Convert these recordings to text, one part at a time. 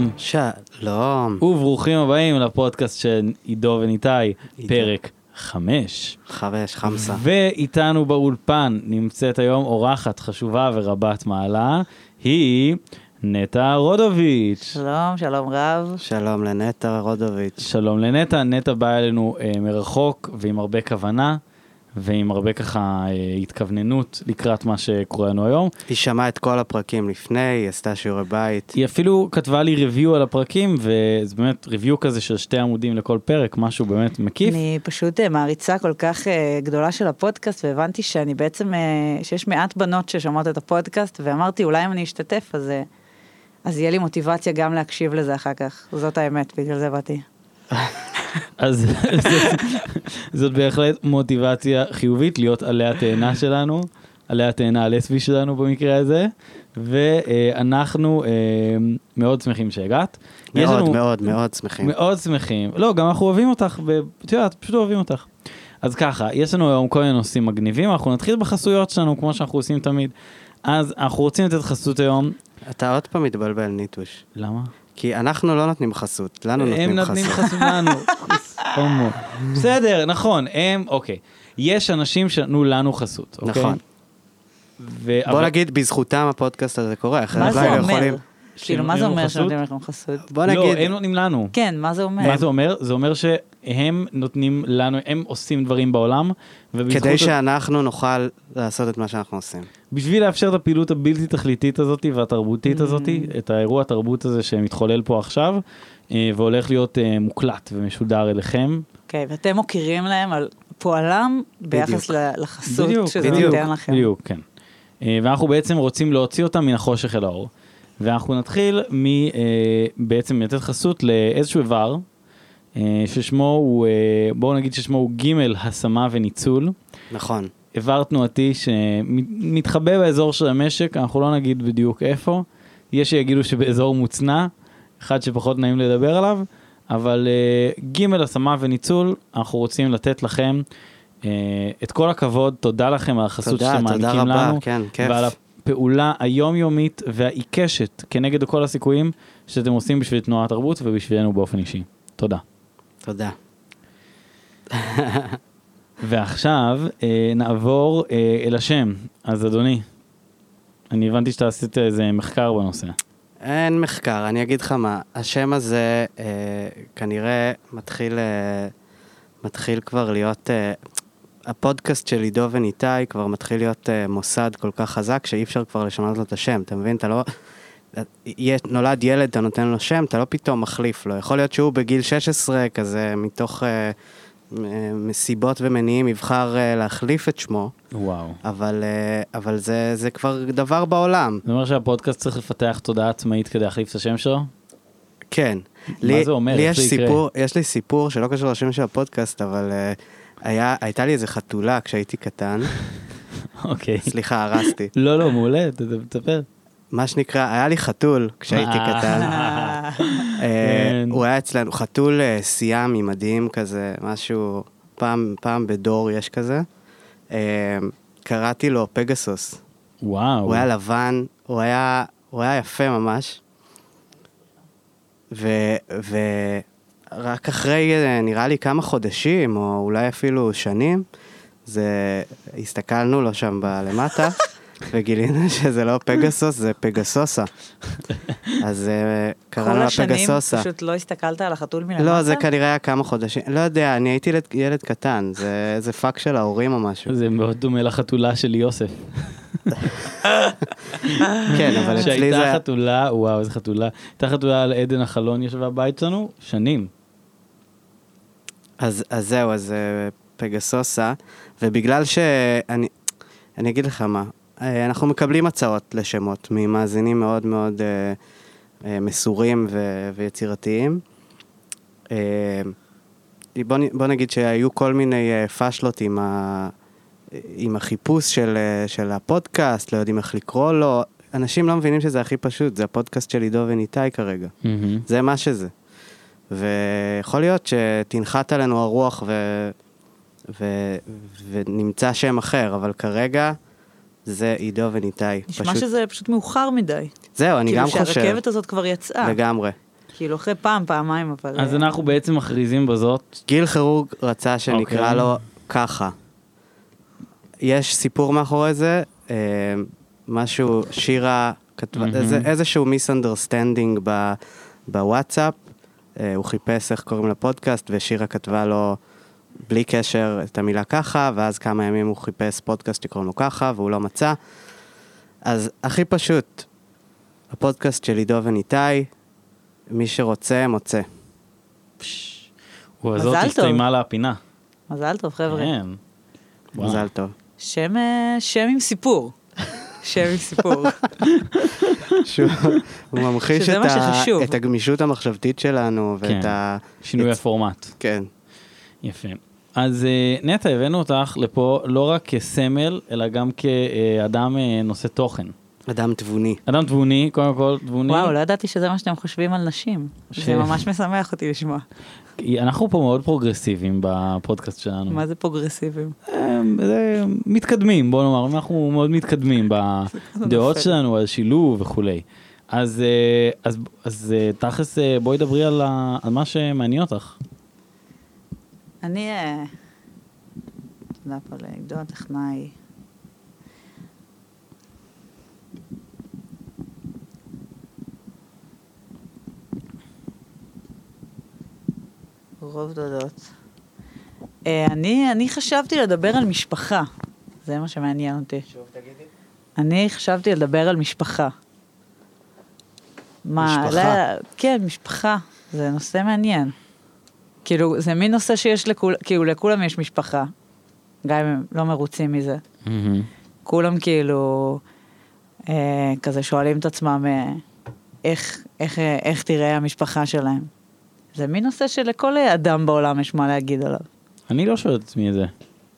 שלום. וברוכים הבאים לפודקאסט של עידו וניתאי, פרק 5. 5. ואיתנו באולפן נמצאת היום אורחת חשובה ורבת מעלה, היא נטע רודוביץ'. שלום רב. שלום לנטע רודוביץ'. שלום לנטע, נטע באה אלינו מרחוק ועם הרבה כוונה. ועם הרבה ככה התכווננות לקראת מה שקורה לנו היום. היא שמעה את כל הפרקים לפני, היא עשתה שיעורי בית. היא אפילו כתבה לי ריוויו על הפרקים, וזה באמת ריוויו כזה של 2 עמודים לכל פרק, משהו באמת מקיף. אני פשוט מעריצה כל כך גדולה של הפודקאסט, והבנתי שאני בעצם, שיש מעט בנות ששומעות את הפודקאסט, ואמרתי אולי אם אני אשתתף, אז יהיה לי מוטיבציה גם להקשיב לזה אחר כך. זאת האמת, בגלל זה באתי. אז זאת בהחלט מוטיבציה חיובית להיות עלי התאנה שלנו, עלי התאנה הלסבי שלנו במקרה הזה, ואנחנו מאוד שמחים שהגעת. מאוד שמחים. מאוד שמחים. לא, גם אנחנו אוהבים אותך, פשוט אוהבים אותך. אז ככה, יש לנו היום כל מיני נושאים מגניבים, אנחנו נתחיל בחסויות שלנו, כמו שאנחנו עושים תמיד. אז אנחנו רוצים לתת חסות היום. אתה עוד פעם מתבלבל, ניטוש. למה? כי אנחנו לא נותנים חסות, לנו נותנים חסות. הם נותנים חסות לנו. בסדר, נכון, אוקיי. יש אנשים שנתנו לנו חסות, אוקיי? נכון. בוא נגיד, בזכותם הפודקאסט הזה קורה. מה זה אומר? כאילו, מה זה אומר שנותנים לכם חסות? לא, הם נותנים לנו. כן, מה זה אומר? מה זה אומר? זה אומר שהם נותנים לנו, הם עושים דברים בעולם. כדי שאנחנו נוכל לעשות את מה שאנחנו עושים. בשביל לאפשר את הפעילות הבלתי תכליתית הזאת והתרבותית הזאת, את האירוע התרבות הזה שמתחולל פה עכשיו, והולך להיות מוקלט ומשודר אליכם. אוקיי, ואתם מוכירים להם על פועלם ביחס לחסות שזה נותן לכם. בדיוק, כן. ואנחנו בעצם רוצים להוציא אותם מן החושך אל האור. ואנחנו נתחיל בעצם לתת חסות לאיזשהו איבר, ששמו הוא, בואו נגיד ששמו הוא ג' השמה וניצול. נכון. איבר תנועתי שמתחבא באזור של המשק, אנחנו לא נגיד בדיוק איפה, יש שיגידו שבאזור מוצנע, אחד שפחות נעים לדבר עליו, אבל ג' השמה וניצול, אנחנו רוצים לתת לכם את כל הכבוד, תודה לכם על החסות שאתם מעניקים לנו, כן, כיף. ועל הפעולה היומיומית והעיקשת כנגד כל הסיכויים שאתם עושים בשביל תנועת התרבות ובשבילנו באופן אישי. תודה. תודה. ועכשיו נעבור אל השם. אז אדוני, אני הבנתי שאתה עשית איזה מחקר בנושא. אין מחקר, אני אגיד לך מה, השם הזה כנראה מתחיל כבר להיות, הפודקאסט של עידו וניתאי כבר מתחיל להיות מוסד כל כך חזק שאי אפשר כבר לשנות לו את השם, אתה מבין? אתה לא, נולד ילד, אתה נותן לו שם, אתה לא פתאום מחליף לו, יכול להיות שהוא בגיל 16 כזה מתוך מסיבות ומניעים יבחר להחליף את שמו. וואו. אבל זה כבר דבר בעולם. זאת אומרת שהפודקאסט צריך לפתח תודעה עצמאית כדי להחליף את השם שלו? כן. מה זה אומר? יש לי סיפור שלא קשור לשם של הפודקאסט, אבל הייתה לי איזה חתולה כשהייתי קטן. אוקיי. סליחה, הרסתי. לא, מעולה, תספר. מה שנקרא, היה לי חתול כשהייתי קטן. הוא היה אצלנו, חתול סיאמי מדהים כזה, משהו, פעם בדור יש כזה. קראתי לו פגסוס. וואו. הוא היה לבן, הוא היה יפה ממש. ורק אחרי, נראה לי כמה חודשים, או אולי אפילו שנים, הסתכלנו לו שם למטה, וגילינו שזה לא פגסוס, זה פגסוסה. אז קראנו לה פגסוסה. כל השנים פשוט לא הסתכלת על החתול מלמטה? לא, זה כנראה היה כמה חודשים. לא יודע, אני הייתי ילד קטן, זה פאק של ההורים או משהו. זה מאוד דומה לחתולה של יוסף. כן, אבל אצלי זה... שהייתה חתולה, וואו, איזה חתולה. הייתה חתולה על עדן החלון ישבה בבית שלנו, שנים. אז זהו, אז פגסוסה, ובגלל שאני אגיד לך מה, אנחנו מקבלים הצעות לשמות ממאזינים מאוד מאוד מסורים ויצירתיים. בוא נגיד שהיו כל מיני פשלות עם החיפוש של הפודקאסט, לא יודעים איך לקרוא לו. אנשים לא מבינים שזה הכי פשוט, זה הפודקאסט של עידו וניתאי כרגע. זה מה שזה. ויכול להיות שתנחת עלינו הרוח ונמצא שם אחר, אבל כרגע זה עידו וניתאי. נשמע שזה פשוט מאוחר מדי. זהו, אני גם חושב. כאילו שהרכבת הזאת כבר יצאה. לגמרי. כאילו אחרי פעמיים, אבל... אז אנחנו בעצם מכריזים בזאת. גיל חרוג רצה שנקרא לו ככה. יש סיפור מאחורי זה, משהו, שירה כתבה, איזשהו מיסאנדרסטנדינג בוואטסאפ, הוא חיפש איך קוראים לפודקאסט, ושירה כתבה לו בלי קשר את המילה ככה, ואז כמה ימים הוא חיפש פודקאסט שקוראים לו ככה, והוא לא מצא. אז הכי פשוט, הפודקאסט של עידו וניתאי, מי שרוצה, מוצא. וזאת הסתיימה לה הפינה. מזל טוב, חבר'ה. כן. מזל טוב. שם עם סיפור. שם עם סיפור. הוא ממחיש את הגמישות המחשבתית שלנו, ואת שינוי הפורמט. כן. יפה. אז נטע, הבאנו אותך לפה לא רק כסמל, אלא גם כאדם נושא תוכן. אדם תבוני. אדם תבוני, קודם כל, תבוני. וואו, לא ידעתי שזה מה שאתם חושבים על נשים. זה ממש משמח אותי לשמוע. אנחנו פה מאוד פרוגרסיביים בפודקאסט שלנו. מה זה פרוגרסיביים? מתקדמים, בוא נאמר, אנחנו מאוד מתקדמים בדעות שלנו, על שילוב וכולי. אז תכלס, בואי דברי על מה שמעניין אותך. אני, אתה יודע פה, לעידו הטכנאי. רוב דודות. אני חשבתי לדבר על משפחה. זה מה שמעניין אותי. שוב, תגידי. אני חשבתי לדבר על משפחה. משפחה? כן, משפחה. זה נושא מעניין. כאילו, זה מין נושא שיש כאילו לכולם יש משפחה. גם אם הם לא מרוצים מזה. כולם כאילו, כזה שואלים את עצמם, איך תראה המשפחה שלהם. זה מין נושא שלכל אדם בעולם יש מה להגיד עליו. אני לא שואל את עצמי את זה.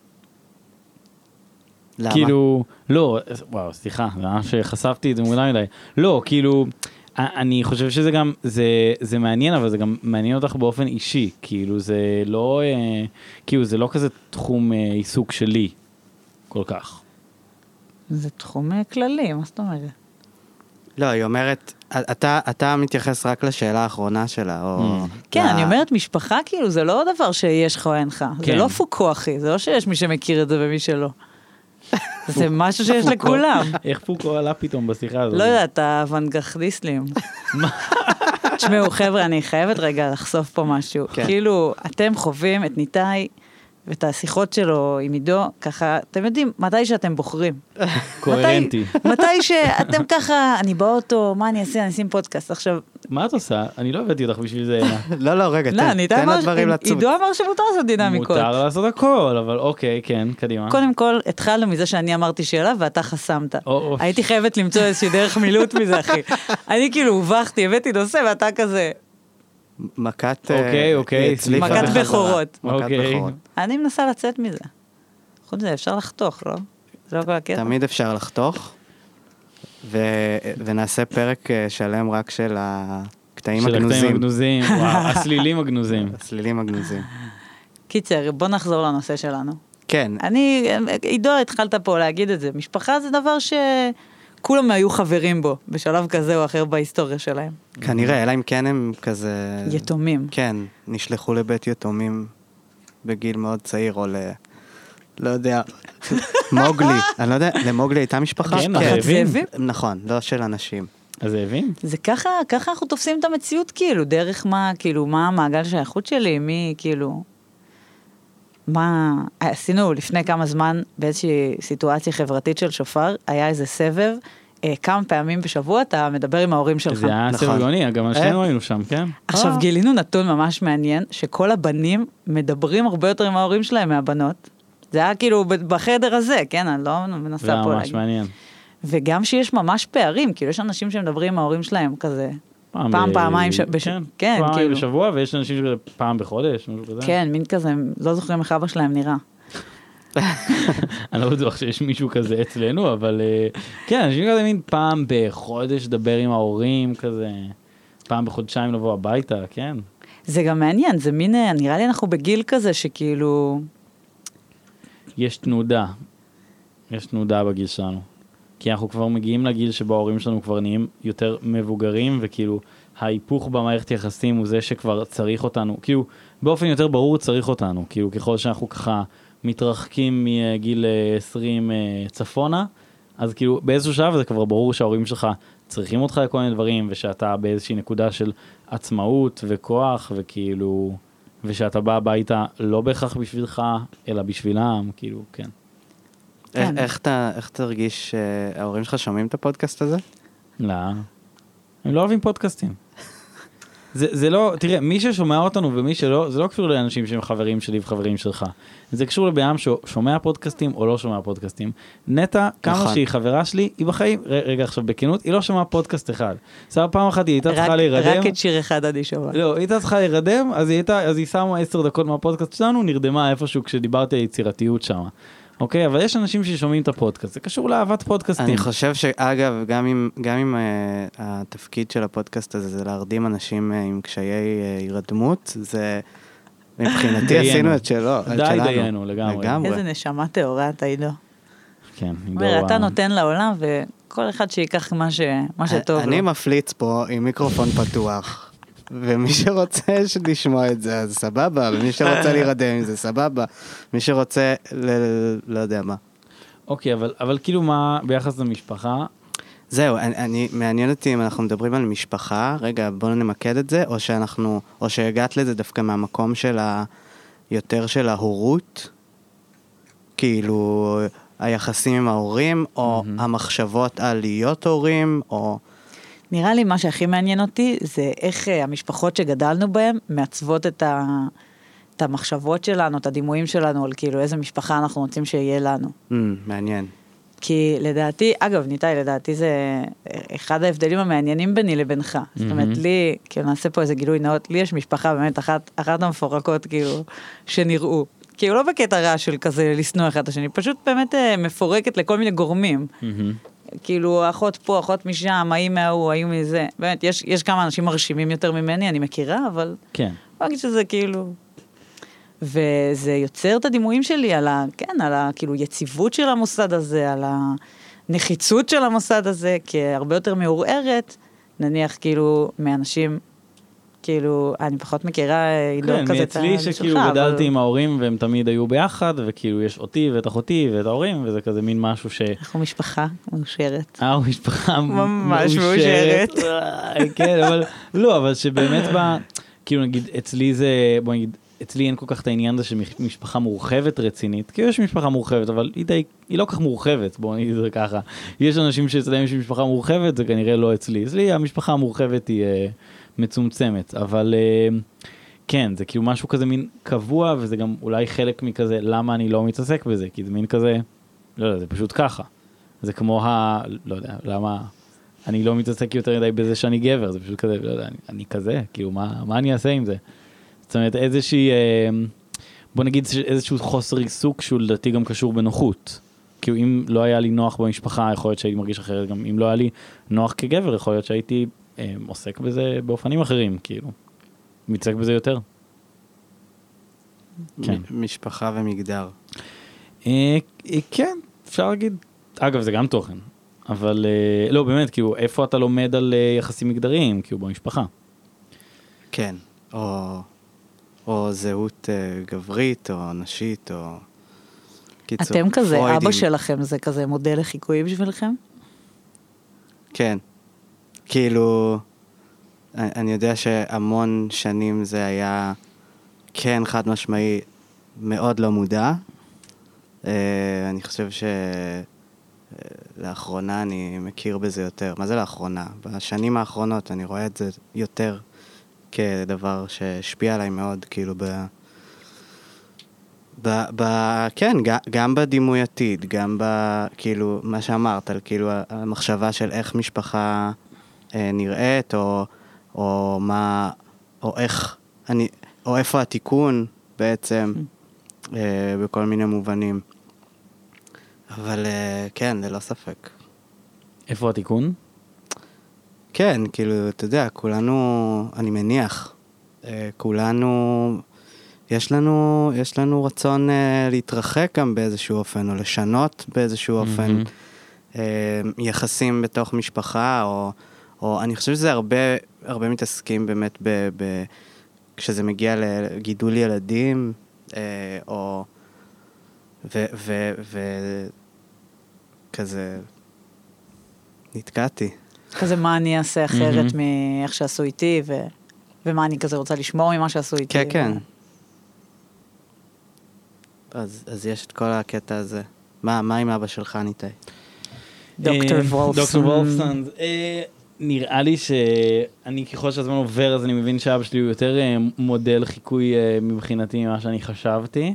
למה? כאילו, לא, וואו, סליחה, זה מה שחשפתי את זה מוקדם מדי. לא, כאילו, אני חושב שזה גם, זה מעניין, אבל זה גם מעניין אותך באופן אישי. כאילו, זה לא, כאילו, זה לא כזה תחום עיסוק שלי, כל כך. זה תחום כללי, מה זאת אומרת? לא, היא אומרת, אתה מתייחס רק לשאלה האחרונה שלה, או... כן, אני אומרת, משפחה כאילו, זה לא דבר שיש לך או אין לך. זה לא פוקו, אחי. זה לא שיש מי שמכיר את זה ומי שלא. זה משהו שיש לכולם. איך פוקו עלה פתאום בשיחה הזאת? לא יודעת, האוונגרדיסטים. תשמעו, חבר'ה, אני חייבת רגע לחשוף פה משהו. כאילו, אתם חווים את ניתאי ואת השיחות שלו עם עידו, ככה, אתם יודעים, מתי שאתם בוחרים. קוהרנטי. מתי שאתם ככה, אני באוטו, מה אני אעשה? אני אשים פודקאסט. עכשיו... מה את עושה? אני לא הבאתי אותך בשביל זה. לא, רגע, תן לדברים לצוץ. עידו אמר שמותר לעשות דינמיקות. מותר לעשות הכל, אבל אוקיי, כן, קדימה. קודם כל, התחלנו מזה שאני אמרתי שאלה, ואתה חסמת. הייתי חייבת למצוא איזושהי דרך מילוט מזה, אחי. אני כאילו הובכתי, הבאתי נושא, ואתה כזה... מכת בכורות. אוקיי. אני מנסה לצאת מזה. חוץ מזה, אפשר לחתוך, לא? זה לא כל הקטע. תמיד אפשר לחתוך, ונעשה פרק שלם רק של הקטעים הגנוזים. של הקטעים הגנוזים, וואו, הסלילים הגנוזים. הסלילים הגנוזים. קיצר, בוא נחזור לנושא שלנו. כן. עידו, התחלת פה להגיד את זה. משפחה זה דבר כולם היו חברים בו, בשלב כזה או אחר בהיסטוריה שלהם. כנראה, אלא אם כן הם כזה... יתומים. כן, נשלחו לבית יתומים בגיל מאוד צעיר, או לא יודע, מוגלי. אני לא יודע, למוגלי הייתה משפחה? כן, הזאבים. נכון, לא של אנשים. הזאבים? זה ככה אנחנו תופסים את המציאות, כאילו, דרך מה, כאילו, מה המעגל שייכות שלי, מי, כאילו... מה... עשינו לפני כמה זמן באיזושהי סיטואציה חברתית של שופר, היה איזה סבב, כמה פעמים בשבוע אתה מדבר עם ההורים שלך. זה היה סבב גאוני, גם שנינו היינו שם, כן? עכשיו גילינו נתון ממש מעניין, שכל הבנים מדברים הרבה יותר עם ההורים שלהם מהבנות. זה היה כאילו בחדר הזה, כן? אני לא מנסה פה להגיד. זה ממש מעניין. וגם שיש ממש פערים, כאילו יש אנשים שמדברים עם ההורים שלהם כזה... פעמיים, כן, פעמיים בשבוע, ויש אנשים פעם בחודש, משהו כזה. כן, מין כזה, לא זוכרים איך אבא שלהם נראה. אני לא בטוח שיש מישהו כזה אצלנו, אבל כן, אנשים כזה מין פעם בחודש לדבר עם ההורים, כזה, פעם בחודשיים לבוא הביתה, כן. זה גם מעניין, זה מין, נראה לי אנחנו בגיל כזה שכאילו... יש תנודה בגיל שלנו. כי אנחנו כבר מגיעים לגיל שבו ההורים שלנו כבר נהיים יותר מבוגרים, וכאילו ההיפוך במערכת יחסים הוא זה שכבר צריך אותנו, כאילו באופן יותר ברור צריך אותנו, כאילו ככל שאנחנו ככה מתרחקים מגיל 20 צפונה, אז כאילו באיזשהו שלב זה כבר ברור שההורים שלך צריכים אותך לכל מיני דברים, ושאתה באיזושהי נקודה של עצמאות וכוח, וכאילו, ושאתה בא הביתה לא בהכרח בשבילך, אלא בשבילם, כאילו, כן. איך תרגיש שההורים שלך שומעים את הפודקאסט הזה? לא, הם לא אוהבים פודקאסטים. זה לא, תראה, מי ששומע אותנו ומי שלא, זה לא קשור לאנשים שהם חברים שלי וחברים שלך. זה קשור לבן ששומע פודקאסטים או לא שומע פודקאסטים. נטע, כמה שהיא חברה שלי, היא בחיים, רגע עכשיו בכנות, היא לא שומעה פודקאסט אחד. סבבה, פעם אחת היא הייתה צריכה להירדם. רק את שיר אחד אני שומע. לא, היא הייתה צריכה להירדם, אז היא שמה 10 דקות מהפודקאסט שלנו, נרדמה איפשהו כשדיברתי על יצירתיות שם. אוקיי, אבל יש אנשים ששומעים את הפודקאסט, זה קשור לאהבת פודקאסטים. אני חושב שאגב, גם אם התפקיד של הפודקאסט הזה זה להרדים אנשים עם קשיי הירדמות, זה מבחינתי עשינו את שלו. די דיינו, לגמרי. איזה נשמה טהורה אתה עידו. כן. אומר, אתה נותן לעולם וכל אחד שיקח מה שטוב לו. אני מפליץ פה עם מיקרופון פתוח. ומי שרוצה לשמוע את זה, אז סבבה, ומי שרוצה להירדם עם זה, סבבה. מי שרוצה, לא יודע מה. אוקיי, אבל כאילו מה ביחס למשפחה? זהו, מעניין אותי אם אנחנו מדברים על משפחה, רגע, בואו נמקד את זה, או שהגעת לזה דווקא מהמקום של יותר של ההורות, כאילו היחסים עם ההורים, או המחשבות על להיות הורים, או... נראה לי מה שהכי מעניין אותי זה איך המשפחות שגדלנו בהן מעצבות את המחשבות שלנו, את הדימויים שלנו על כאילו איזה משפחה אנחנו רוצים שיהיה לנו. מעניין. כי לדעתי, אגב, ניתאי, לדעתי זה אחד ההבדלים המעניינים ביני לבינך. זאת אומרת, לי, כאילו נעשה פה איזה גילוי נאות, לי יש משפחה באמת אחת המפורקות כאילו שנראו. כאילו לא בקטע רע של כזה לסנוע אחד השני, פשוט באמת מפורקת לכל מיני גורמים. כאילו, אחות פה, אחות משם, האם מההוא, האם מזה. באמת, יש כמה אנשים מרשימים יותר ממני, אני מכירה, אבל... כן. אני אגיד שזה כאילו... וזה יוצר את הדימויים שלי על כאילו, יציבות של המוסד הזה, על הנחיצות של המוסד הזה, כהרבה יותר מעורערת, נניח כאילו, מאנשים... כאילו, אני פחות מכירה, כן, מאצלי שכאילו גדלתי עם ההורים והם תמיד היו ביחד, וכאילו יש אותי ואת אחותי ואת ההורים, וזה כזה מין משהו ש... אנחנו משפחה מאושרת. משפחה ממש מאושרת. כן, אבל לא, אבל שבאמת כאילו נגיד, אצלי זה, בוא נגיד, אצלי אין כל כך את העניין הזה שמשפחה מורחבת רצינית, כי יש משפחה מורחבת, אבל היא לא כך מורחבת, בוא נגיד זה ככה. יש אנשים שאצלם יש משפחה מורחבת, זה כנראה לא אצלי. אצלי המשפחה המורחבת היא... מצומצמת, אבל כן, זה כאילו משהו כזה מין קבוע, וזה גם אולי חלק מכזה, למה אני לא מתעסק בזה, כי זה מין כזה, לא יודע, זה פשוט ככה. זה כמו לא יודע, למה אני לא מתעסק יותר מדי בזה שאני גבר, זה פשוט כזה, לא יודע, אני כזה, כאילו, מה אני אעשה עם זה? זאת אומרת, איזושהי, בוא נגיד איזשהו חוסר עיסוק, שהוא לדעתי גם קשור בנוחות. כאילו, אם לא היה לי נוח במשפחה, יכול להיות שהייתי מרגיש אחרת, גם אם לא היה לי נוח כגבר, יכול להיות שהייתי עוסק בזה באופנים אחרים, כאילו. מתעסק בזה יותר. כן. משפחה ומגדר. כן, אפשר להגיד. אגב, זה גם תוכן. אבל, לא, באמת, כאילו, איפה אתה לומד על יחסים מגדריים, כאילו, במשפחה? כן. או זהות גברית, או נשית, או... קיצור, אתם כזה, פרוידים. אבא שלכם זה כזה מודל לחיקוי בשבילכם? כן. כאילו, אני יודע שהמון שנים זה היה, כן, חד משמעי, מאוד לא מודע. אני חושב שלאחרונה אני מכיר בזה יותר. מה זה לאחרונה? בשנים האחרונות אני רואה את זה יותר כדבר שהשפיע עליי מאוד, כאילו כן, גם בדימוי עתיד, גם כאילו, מה שאמרת, על כאילו המחשבה של איך משפחה נראית, או מה, או איך, או איפה התיקון בעצם, בכל מיני מובנים. אבל כן, ללא ספק. איפה התיקון? כן, כאילו, אתה יודע, כולנו, אני מניח, כולנו, יש לנו רצון להתרחק גם באיזשהו אופן, או לשנות באיזשהו אופן, יחסים בתוך משפחה, או אני חושב שזה הרבה מתעסקים באמת כשזה מגיע לגידול ילדים, או וכזה נתקעתי. כזה מה אני אעשה אחרת מאיך שעשו איתי, ומה אני כזה רוצה לשמור ממה שעשו איתי. כן, כן. אז יש את כל הקטע הזה. מה עם אבא שלך, ניתאי? דוקטור וולפסון. דוקטור וולפסון. נראה לי שאני ככל שהזמן עובר, אז אני מבין שאבא שלי הוא יותר מודל חיקוי מבחינתי ממה שאני חשבתי.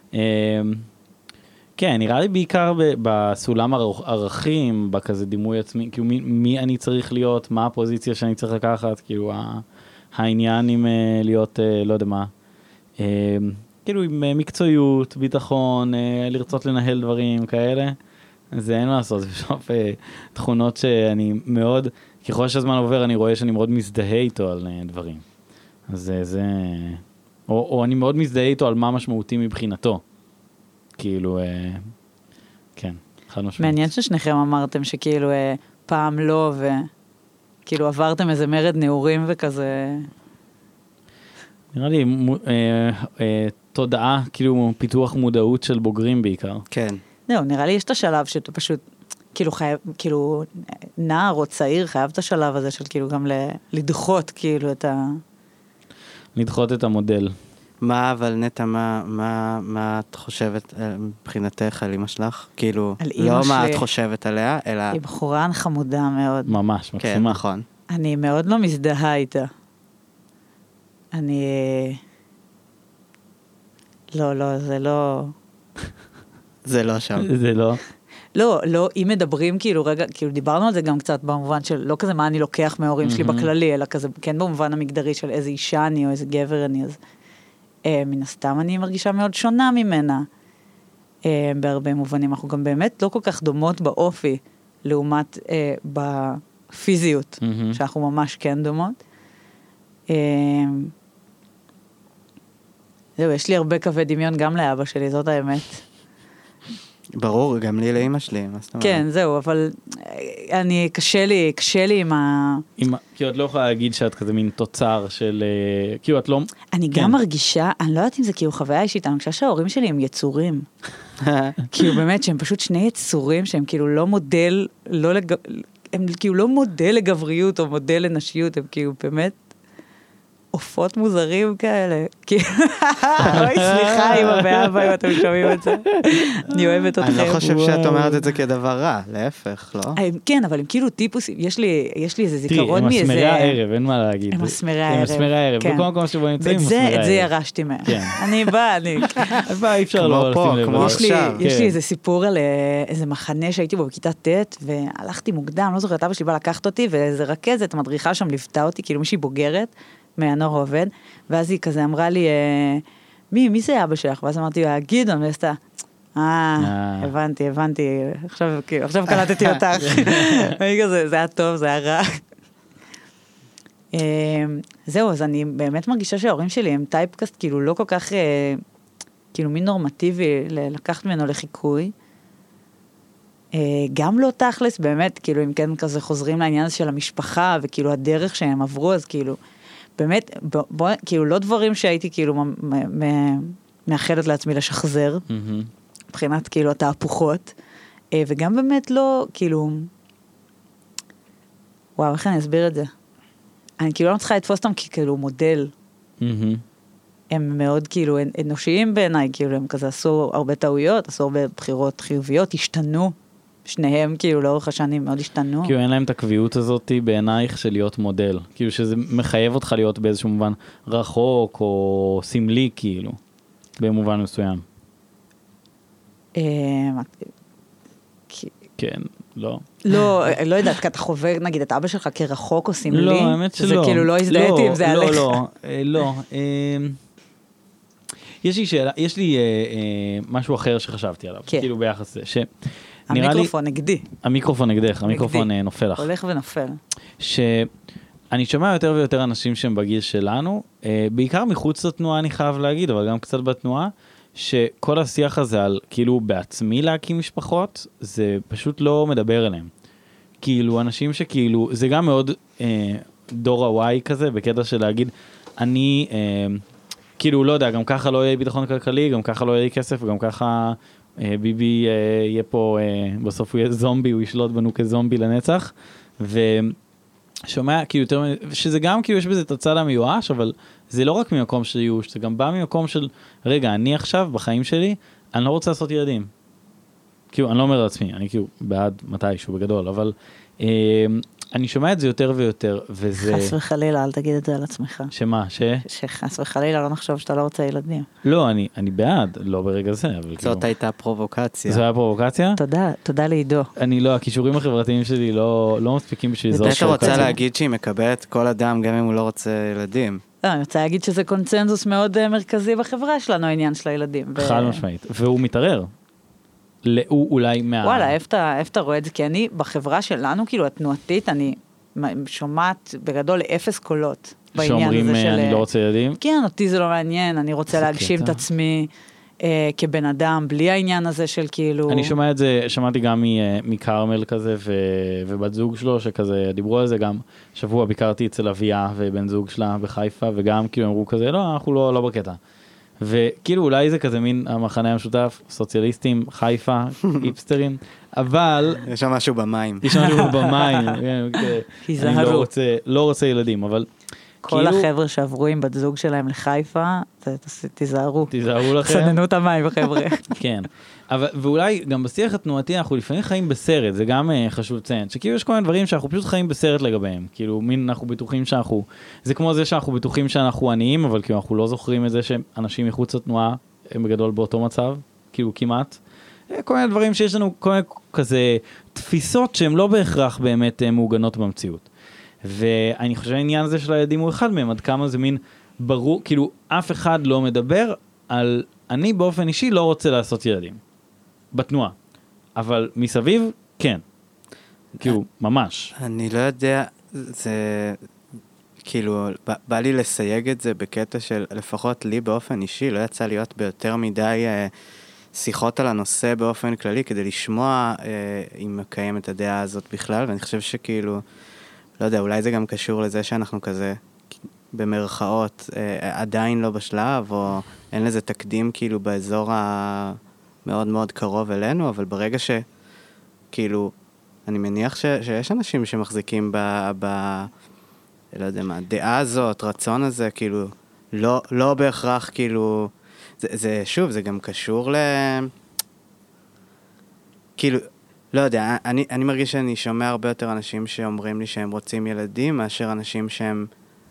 כן, נראה לי בעיקר בסולם ערכים, בכזה דימוי עצמי, כאילו מי אני צריך להיות, מה הפוזיציה שאני צריך לקחת, כאילו העניין עם להיות, לא יודע מה, כאילו עם מקצועיות, ביטחון, לרצות לנהל דברים כאלה, זה אין מה לעשות, זה בסוף תכונות שאני מאוד, ככל שהזמן עובר אני רואה שאני מאוד מזדהה איתו על דברים. אז זה, או אני מאוד מזדהה איתו על מה משמעותי מבחינתו. כאילו, כן, חד משמעית. מעניין ששניכם אמרתם שכאילו פעם לא, וכאילו עברתם איזה מרד נעורים וכזה. נראה לי תודעה, כאילו פיתוח מודעות של בוגרים בעיקר. כן. זהו, נראה לי יש את השלב שאתה פשוט, כאילו חייב, כאילו נער או צעיר חייב את השלב הזה של כאילו גם לדחות כאילו את לדחות את המודל. מה, אבל נטע, מה את חושבת מבחינתך על אמא שלך? כאילו, לא מה את חושבת עליה, אלא... היא בחורה חמודה מאוד. ממש, מקסימה. כן, נכון. אני מאוד לא מזדהה איתה. לא, זה לא... זה לא שם. זה לא. לא, אם מדברים כאילו רגע, כאילו דיברנו על זה גם קצת במובן של לא כזה מה אני לוקח מההורים שלי בכללי, אלא כזה כן במובן המגדרי של איזה אישה אני או איזה גבר אני, אז מן הסתם אני מרגישה מאוד שונה ממנה. בהרבה מובנים, אנחנו גם באמת לא כל כך דומות באופי, לעומת בפיזיות, שאנחנו ממש כן דומות. זהו, יש לי הרבה קווי דמיון גם לאבא שלי, זאת האמת. ברור, גם לי לאמא שלי, מה זאת אומרת? כן, זהו, אבל קשה לי עם ה... כי את לא יכולה להגיד שאת כזה מין תוצר של... כאילו את לא... אני גם מרגישה, אני לא יודעת אם זה כאילו חוויה אישית, אני חושבת שההורים שלי הם יצורים. כאילו באמת שהם פשוט שני יצורים, שהם כאילו לא מודל, הם כאילו לא מודל לגבריות או מודל לנשיות, הם כאילו באמת עופות מוזרים כאלה. אוי, סליחה, אמא ואבא, אם אתם שומעים את זה. אני אוהבת אתכם. אני לא חושב שאת אומרת את זה כדבר רע, להפך, לא? כן, אבל הם כאילו טיפוסים, יש לי איזה זיכרון מאיזה... תראי, הם מסמרי הערב, אין מה להגיד. הם מסמרי הערב. הם מסמרי הערב, בכל מקום שבו נמצאים, מסמרי הערב. את זה ירשתי מהם. אני באה, אי אפשר לא לשים לב. כמו עכשיו. יש לי איזה סיפור על איזה מחנה שהייתי בו בכיתה ט', והלכתי מוקדם, לא זוכרת, אבא שלי בא לקחת אותי, ואיזה רכזת, מדריכה שם ליוותה אותי, כאילו מישהי בוגרת, מהנוער העובד, ואז היא כזה אמרה לי, מי זה אבא שלך? ואז אמרתי לה, גדעון, ועשתה, הבנתי, עכשיו קלטתי אותך. ואני כזה, זה היה טוב, זה היה רע. זהו, אז אני באמת מרגישה שההורים שלי הם טייפקאסט, כאילו לא כל כך, כאילו מין נורמטיבי, לקחת ממנו לחיקוי. גם לא תכלס, באמת, כאילו אם כן כזה חוזרים לעניין הזה של המשפחה, וכאילו הדרך שהם עברו, אז כאילו, באמת, כאילו לא דברים שהייתי כאילו מאחלת לעצמי לשחזר, מבחינת כאילו התהפוכות, וגם באמת לא, כאילו, וואו, איך אני אסביר את זה? אני כאילו לא צריכה לתפוס אותם כאילו מודל. הם מאוד כאילו אנושיים בעיניי, כאילו הם כזה עשו הרבה טעויות, עשו הרבה בחירות חיוביות, השתנו. שניהם כאילו לאורך השנים מאוד השתנו. כאילו אין להם את הקביעות הזאת בעינייך של להיות מודל. כאילו שזה מחייב אותך להיות באיזשהו מובן רחוק או סמלי כאילו, במובן מסוים. כן, לא. לא יודעת, כי אתה חווה נגיד את אבא שלך כרחוק או סמלי? לא, האמת שלא. זה כאילו לא הזדהיתי עם זה עליך. לא. יש לי משהו אחר שחשבתי עליו, כאילו ביחס זה, המיקרופון נגדי. המיקרופון נגדך, המיקרופון נופל לך. הולך ונופל. שאני שומע יותר ויותר אנשים שהם בגיל שלנו, בעיקר מחוץ לתנועה אני חייב להגיד, אבל גם קצת בתנועה, שכל השיח הזה על כאילו בעצמי להקים משפחות, זה פשוט לא מדבר אליהם. כאילו אנשים שכאילו, זה גם מאוד דור ה-Y כזה, בקטע של להגיד, אני, כאילו לא יודע, גם ככה לא יהיה ביטחון כלכלי, גם ככה לא יהיה כסף, גם ככה ביבי יהיה פה, בסוף הוא יהיה זומבי, הוא ישלוט בנו כזומבי לנצח, ושומע כאילו יותר, שזה גם כאילו יש בזה את הצד המיואש, אבל זה לא רק ממקום של ייאוש, זה גם בא ממקום של, רגע, אני עכשיו בחיים שלי, אני לא רוצה לעשות ילדים. כאילו, אני לא אומר לעצמי, אני כאילו בעד מתישהו בגדול, אבל אני שומע את זה יותר ויותר, וזה... חס וחלילה, אל תגיד את זה על עצמך. שמה? שחס וחלילה לא נחשוב שאתה לא רוצה ילדים. לא, אני בעד, לא ברגע זה, אבל כאילו... זאת הייתה פרובוקציה. זו הייתה פרובוקציה? תודה לעידו. אני לא, הכישורים החברתיים שלי לא מספיקים בשביל זו פרובוקציה. אתה רוצה להגיד שהיא מקבלת כל אדם, גם אם הוא לא רוצה ילדים. לא, אני רוצה להגיד שזה קונצנזוס מאוד מרכזי בחברה שלנו, העניין של הילדים. חד משמעית, והוא מתערער. הוא אולי וואלה, איפה אתה רואה את זה? כי אני, בחברה שלנו, כאילו, התנועתית, אני שומעת בגדול 0 קולות. שאומרים, אני לא רוצה ילדים? כן, אותי זה לא מעניין, אני רוצה להגשים את עצמי כבן אדם, בלי העניין הזה של כאילו... אני שומע את זה, שמעתי גם מקרמל כזה, ובת זוג שלו, שכזה, דיברו על זה גם, שבוע ביקרתי אצל אביה ובן זוג שלה בחיפה, וגם כאילו אמרו כזה, לא, אנחנו לא בקטע. וכאילו אולי זה כזה מין המחנה המשותף, סוציאליסטים, חיפה, היפסטרים, אבל... יש שם משהו במים. יש שם משהו במים, אני לא רוצה ילדים, אבל... כל החבר'ה שעברו עם בת זוג שלהם לחיפה, תיזהרו. תיזהרו לכם. סננו את המים בחבר'ה. כן. ואולי גם בשיח התנועתי אנחנו לפעמים חיים בסרט, זה גם חשוב לציין, שכאילו יש כל מיני דברים שאנחנו פשוט חיים בסרט לגביהם, כאילו מין אנחנו בטוחים שאנחנו, זה כמו זה שאנחנו בטוחים שאנחנו עניים, אבל כאילו אנחנו לא זוכרים את זה שאנשים מחוץ לתנועה הם בגדול באותו מצב, כאילו כמעט. כל מיני דברים שיש לנו, כל מיני כזה תפיסות שהן לא בהכרח באמת מעוגנות במציאות. ואני חושב העניין הזה של הילדים הוא אחד מהם, עד כמה זה מין ברור, כאילו אף אחד לא מדבר על, אני באופן אישי לא רוצה לעשות ילדים, בתנועה, אבל מסביב, כן, כאילו, ממש. אני לא יודע, זה, כאילו, בא לי לסייג את זה בקטע של, לפחות לי באופן אישי, לא יצא להיות ביותר מדי שיחות על הנושא באופן כללי, כדי לשמוע אם מקיים את הדעה הזאת בכלל, ואני חושב שכאילו, לא יודע, אולי זה גם קשור לזה שאנחנו כזה, במרכאות, עדיין לא בשלב, או אין לזה תקדים כאילו באזור המאוד מאוד קרוב אלינו, אבל ברגע שכאילו, אני מניח שיש אנשים שמחזיקים לא יודע מה, דעה הזאת, רצון הזה, כאילו, לא בהכרח כאילו, זה שוב, זה גם קשור כאילו, לא יודע, אני מרגיש שאני שומע הרבה יותר אנשים שאומרים לי שהם רוצים ילדים, מאשר אנשים שהם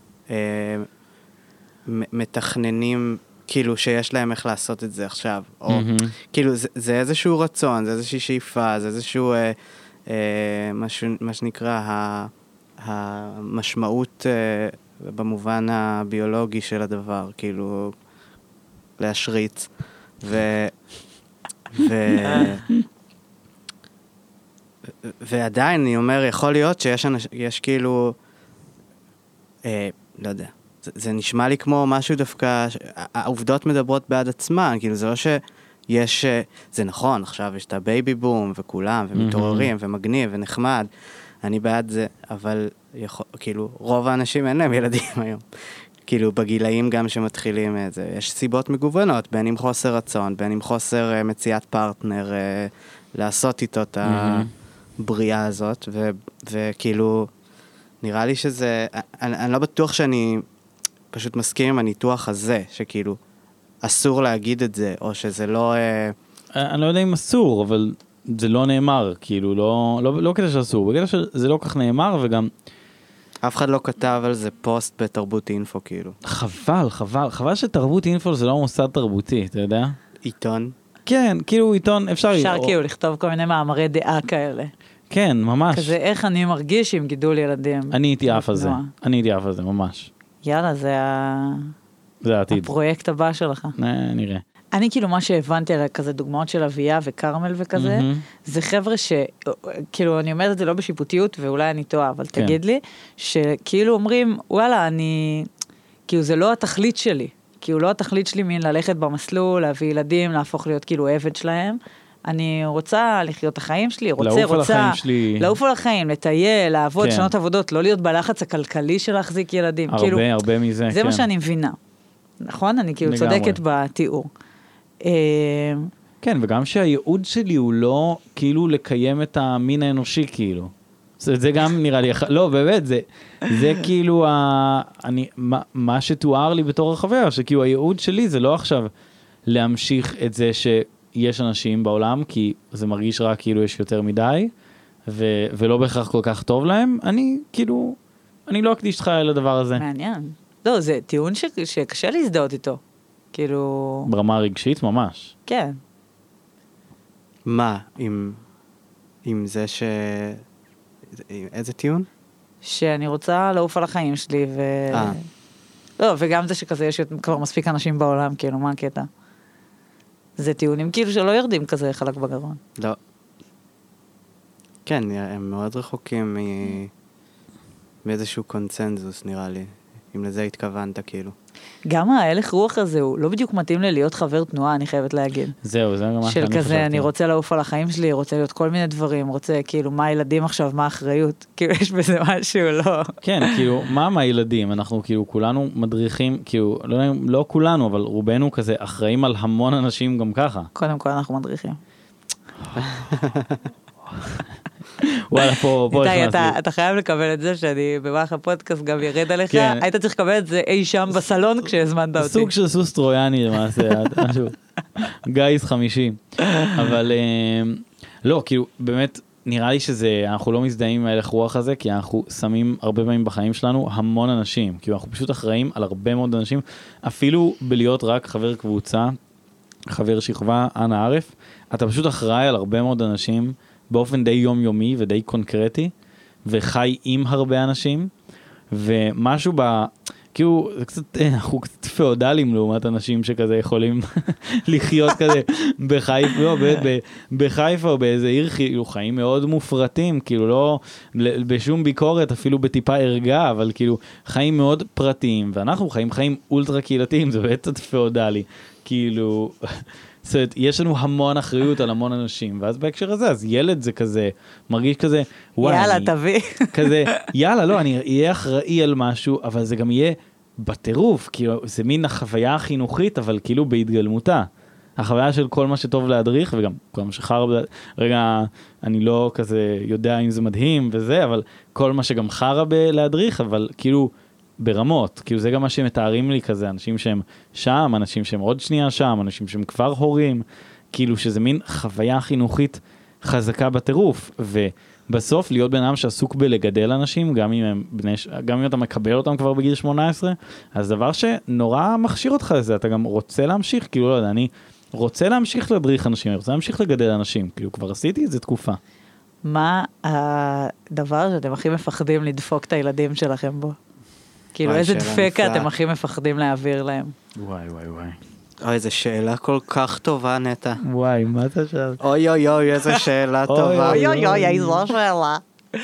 מתכננים, כאילו שיש להם איך לעשות את זה עכשיו. או, כאילו, זה איזשהו רצון, זה איזושהי שאיפה, זה איזשהו, מה שנקרא, המשמעות במובן הביולוגי של הדבר, כאילו, להשריץ. ועדיין, אני אומר, יכול להיות שיש כאילו, לא יודע, זה נשמע לי כמו משהו דווקא, העובדות מדברות בעד עצמן, כאילו זה לא שיש, זה נכון, עכשיו יש את הבייבי בום וכולם, ומתעוררים, ומגניב, ונחמד, אני בעד זה, אבל כאילו, רוב האנשים אין להם ילדים היום. כאילו, בגילאים גם שמתחילים את זה, יש סיבות מגוונות, בין עם חוסר רצון, בין עם חוסר מציאת פרטנר, לעשות איתו את הבריאה הזאת, וכאילו, נראה לי שזה, אני לא בטוח שאני פשוט מסכים עם הניתוח הזה, שכאילו, אסור להגיד את זה, או שזה לא... אני לא יודע אם אסור, אבל זה לא נאמר, כאילו, לא כדי שאסור, בגלל שזה לא כך נאמר, וגם... אף אחד לא כתב על זה פוסט בתרבות אינפו, כאילו. חבל שתרבות אינפו זה לא מוסד תרבותי, אתה יודע? עיתון? כן, כאילו עיתון, אפשר כאילו לכתוב כל מיני מאמרי דעה כאלה. כן, ממש. כזה איך אני מרגיש עם גידול ילדים. אני הייתי אף על זה, ממש. יאללה, זה העתיד. הפרויקט הבא שלך. נראה. אני כאילו מה שהבנתי על כזה דוגמאות של אביה וקרמל וכזה, זה חבר'ה כאילו אני אומרת את זה לא בשיפוטיות ואולי אני טועה, אבל תגיד לי, שכאילו אומרים, וואלה, כאילו זה לא התכלית שלי, כאילו לא התכלית שלי מן ללכת במסלול, להביא ילדים, להפוך להיות כאילו עבד שלהם, אני רוצה לחיות את החיים שלי, לעוף על החיים שלי. לעוף על החיים, לטייל, לעבוד, כן. שנות עבודות, לא להיות בלחץ הכלכלי של להחזיק ילדים. כאילו, הרבה מזה, זה כן. מה שאני מבינה. נכון? אני כאילו לגמרי. צודקת בתיאור. כן, וגם שהייעוד שלי הוא לא כאילו לקיים את המין האנושי, כאילו. זה גם נראה לי, לא, באמת, זה כאילו, מה שתואר לי בתור החבר, שכאילו הייעוד שלי זה לא עכשיו להמשיך את זה שיש אנשים בעולם, כי זה מרגיש רק כאילו יש יותר מדי, ולא בהכרח כל כך טוב להם, אני כאילו, אני לא אקדיש לך לדבר הזה. מעניין. לא, זה טיעון שקשה להזדהות איתו. כאילו... ברמה הרגשית ממש. כן. מה, עם זה איזה טיעון? שאני רוצה לעוף על החיים שלי, לא, וגם זה שכזה יש כבר מספיק אנשים בעולם, כאילו, מה הקטע? זה טיעונים כאילו שלא יורדים כזה חלק בגרון. לא. כן, הם מאוד רחוקים מאיזשהו קונצנזוס, נראה לי. אם לזה התכוונת, כאילו. גם ההלך רוח הזה, הוא לא בדיוק מתאים לי להיות חבר תנועה, אני חייבת להגיד. זהו, זה גם מה שאני של חשבתי. כזה, אני רוצה לעוף על החיים שלי, רוצה להיות כל מיני דברים, רוצה כאילו, מה הילדים עכשיו, מה האחריות? כאילו, יש בזה משהו, לא... כן, כאילו, מה הילדים? אנחנו כאילו כולנו מדריכים, כאילו, לא כולנו, אבל רובנו כזה אחראים על המון אנשים גם ככה. קודם כל אנחנו מדריכים. וואלה, פה איתי, אתה חייב לקבל את זה שאני במהלך הפודקאסט גם ירד עליך, היית צריך לקבל את זה אי שם בסלון כשהזמנת אותי. סוג של סוס טרויאני למעשה, משהו, גייס 50. אבל לא, כאילו, באמת נראה לי שזה, אנחנו לא מזדהים עם ההלך רוח הזה, כי אנחנו שמים הרבה פעמים בחיים שלנו המון אנשים, כאילו אנחנו פשוט אחראים על הרבה מאוד אנשים, אפילו בלהיות רק חבר קבוצה, חבר שכבה, אנה ערף, אתה פשוט אחראי על הרבה מאוד אנשים, באופן די יומיומי ודי קונקרטי, וחי עם הרבה אנשים, ומשהו כאילו, זה קצת, אנחנו קצת פאודלים לעומת אנשים שכזה יכולים לחיות כזה בחיפה, לא, בחיפה או באיזה עיר, כאילו, חיים מאוד מופרטים, כאילו לא בשום ביקורת, אפילו בטיפה ערגה, אבל כאילו, חיים מאוד פרטיים, ואנחנו חיים אולטרה קהילתיים, זה באמת פאודלי, כאילו... זאת אומרת, יש לנו המון אחריות על המון אנשים, ואז בהקשר הזה, אז ילד זה כזה, מרגיש כזה, וואי, יאללה, תביא. כזה, יאללה, לא, אני אהיה אחראי על משהו, אבל זה גם יהיה בטירוף, כאילו, זה מין החוויה החינוכית, אבל כאילו בהתגלמותה. החוויה של כל מה שטוב להדריך, וגם כל מה שחרא, רגע, אני לא כזה יודע אם זה מדהים וזה, אבל כל מה שגם חרא בלהדריך, אבל כאילו, ברמות, כאילו זה גם מה שמתארים לי כזה, אנשים שהם שם, אנשים שהם עוד שנייה שם, אנשים שהם כבר הורים, כאילו שזה מין חוויה חינוכית חזקה בטירוף, ובסוף להיות בן אדם שעסוק בלגדל אנשים, גם אם אתה מקבל אותם כבר בגיל 18, אז דבר שנורא מכשיר אותך לזה, אתה גם רוצה להמשיך, כאילו לא יודע, אני רוצה להמשיך להדריך אנשים, אני רוצה להמשיך לגדל אנשים, כאילו כבר עשיתי את זה תקופה. מה הדבר שאתם הכי מפחדים לדפוק את הילדים שלכם בו? כאילו איזה דפקה אתם הכי מפחדים להעביר להם. וואי. אוי, איזו שאלה כל כך טובה, נטע. וואי, מה אתה שאל? אוי, איזו שאלה טובה. אוי, איזו שאלה.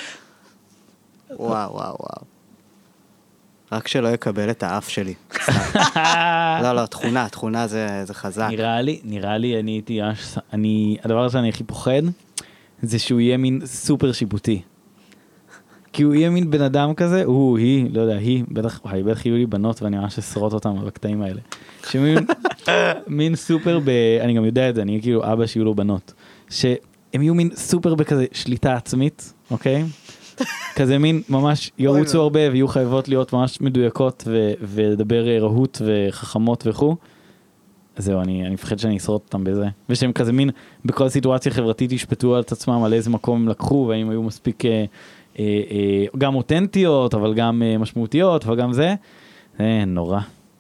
וואו. רק שלא יקבל את האף שלי. לא, תכונה זה חזק. נראה לי, הדבר הזה אני הכי פוחד, זה שהוא יהיה מין סופר שיפוטי. כי הוא יהיה מין בן אדם כזה, היא, לא יודע, בטח יהיו לי בנות ואני ממש אסרות אותם בקטעים האלה. שמין סופר אני גם יודע את זה, אני כאילו אבא שיהיו לו בנות. שהם יהיו מין סופר בכזה שליטה עצמית, אוקיי? כזה מין ממש ירוצו הרבה ויהיו חייבות להיות ממש מדויקות ולדבר רהוט וחכמות וכו'. זהו, אני מפחד שאני אסרות אותם בזה. ושהם כזה מין בכל סיטואציה חברתית ישפטו על את עצמם על איזה מקום הם לקחו, והאם היו מספיק גם אותנטיות, אבל גם משמעותיות, וגם זה. נורא.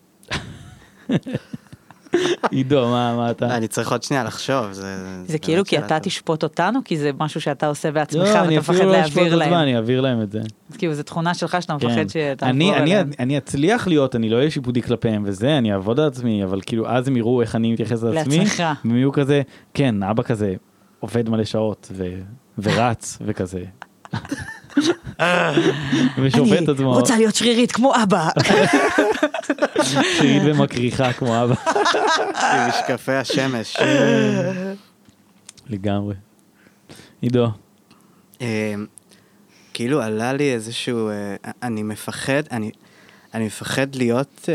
עידו, מה אתה? אני צריך עוד שנייה לחשוב. זה כאילו כי אתה תשפוט אותנו, כי זה משהו שאתה עושה בעצמך, ואתה מפחד להעביר להם. אני אעביר להם את זה. אז כאילו, זו תכונה שלך שאתה מפחד שתעבור אליהם. אני אצליח להיות, אני לא אהיה שיפוטי כלפיהם וזה, אני אעבוד על עצמי, אבל כאילו, אז הם יראו איך אני מתייחס לעצמי. לעצמך. והם יהיו כזה, כן, אבא כזה עובד מלא שעות ורץ וכזה. ושופט את עצמו. אני רוצה להיות שרירית כמו אבא. שרירית ומקריחה כמו אבא. עם משקפי השמש. לגמרי. עידו. כאילו עלה לי איזשהו, אני מפחד להיות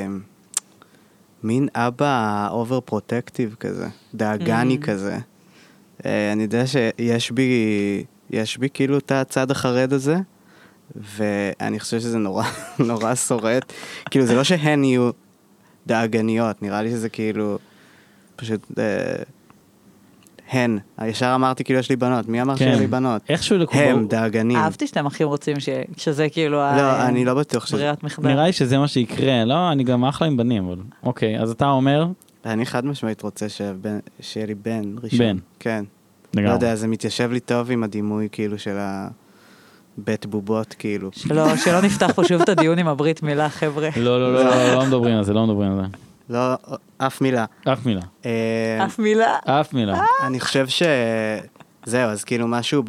מין אבא אובר פרוטקטיב כזה, דאגני כזה. אני יודע שיש בי כאילו את הצד החרד הזה, ואני חושב שזה נורא שורט. כאילו זה לא שהן יהיו דאגניות, נראה לי שזה כאילו פשוט הן. ישר אמרתי כאילו יש לי בנות, מי אמר שיש לי בנות? איכשהו הם דאגנים. אהבתי שאתם הכי רוצים שזה כאילו לא, אני לא בטוח שזה. ברירת מחדל. נראה לי שזה מה שיקרה, לא, אני גם אחלה עם בנים, אבל אוקיי, אז אתה אומר? אני חד משמעית רוצה שיהיה לי בן ראשון. בן. כן. לגמרי. לא יודע, זה מתיישב לי טוב עם הדימוי כאילו של בית בובות כאילו. שלא נפתח פה שוב את הדיון עם הברית מילה, חבר'ה. לא מדברים על זה, לא מדברים על זה. לא, אף מילה. אף מילה. אף מילה? אף מילה. אני חושב זהו, אז כאילו משהו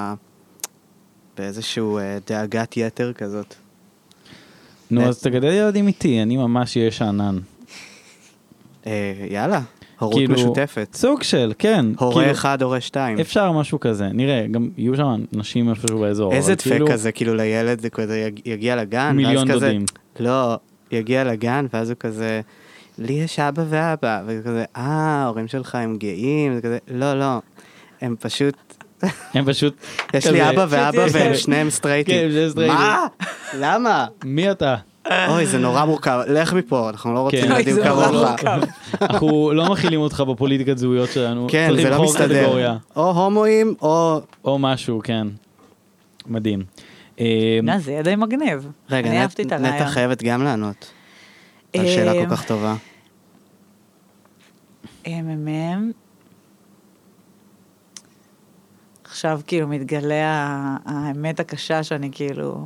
באיזשהו דאגת יתר כזאת. נו, אז תגדל ילדים איתי, אני ממש אהיה שאנן. יאללה, הורות משותפת. סוג של, כן. הורה אחד, הורה שתיים. אפשר משהו כזה, נראה, גם יהיו שם נשים איפשהו באזור. איזה דפק כזה, כאילו לילד זה כזה יגיע לגן. מיליון דודים. לא, יגיע לגן, ואז הוא כזה, לי יש אבא ואבא, וכזה, ההורים שלך הם גאים, זה כזה, לא, הם פשוט, יש לי אבא ואבא והם שניהם סטרייטים. מה? למה? מי אתה? אוי, זה נורא מורכב, לך מפה, אנחנו לא רוצים כן. ילדים כמוך. אנחנו לא מכילים אותך בפוליטיקת זהויות שלנו. כן, צריך זה לא לבחור מסתדר. קטגוריה. או הומואים, או משהו, כן. מדהים. זה ידי מגניב. רגע, אני אהבתי את הרעיון. נטע חייבת גם לענות. על שאלה כל כך טובה. עכשיו כאילו מתגלה האמת הקשה שאני כאילו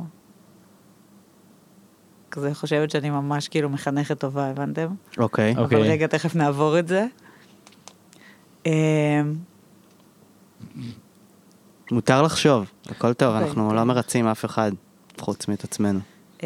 כזה חושבת שאני ממש כאילו מחנכת טובה, הבנתם? אוקיי. אבל רגע, תכף נעבור את זה. מותר לחשוב, הכל טוב, אנחנו לא מרצים אף אחד, חוץ מאת עצמנו.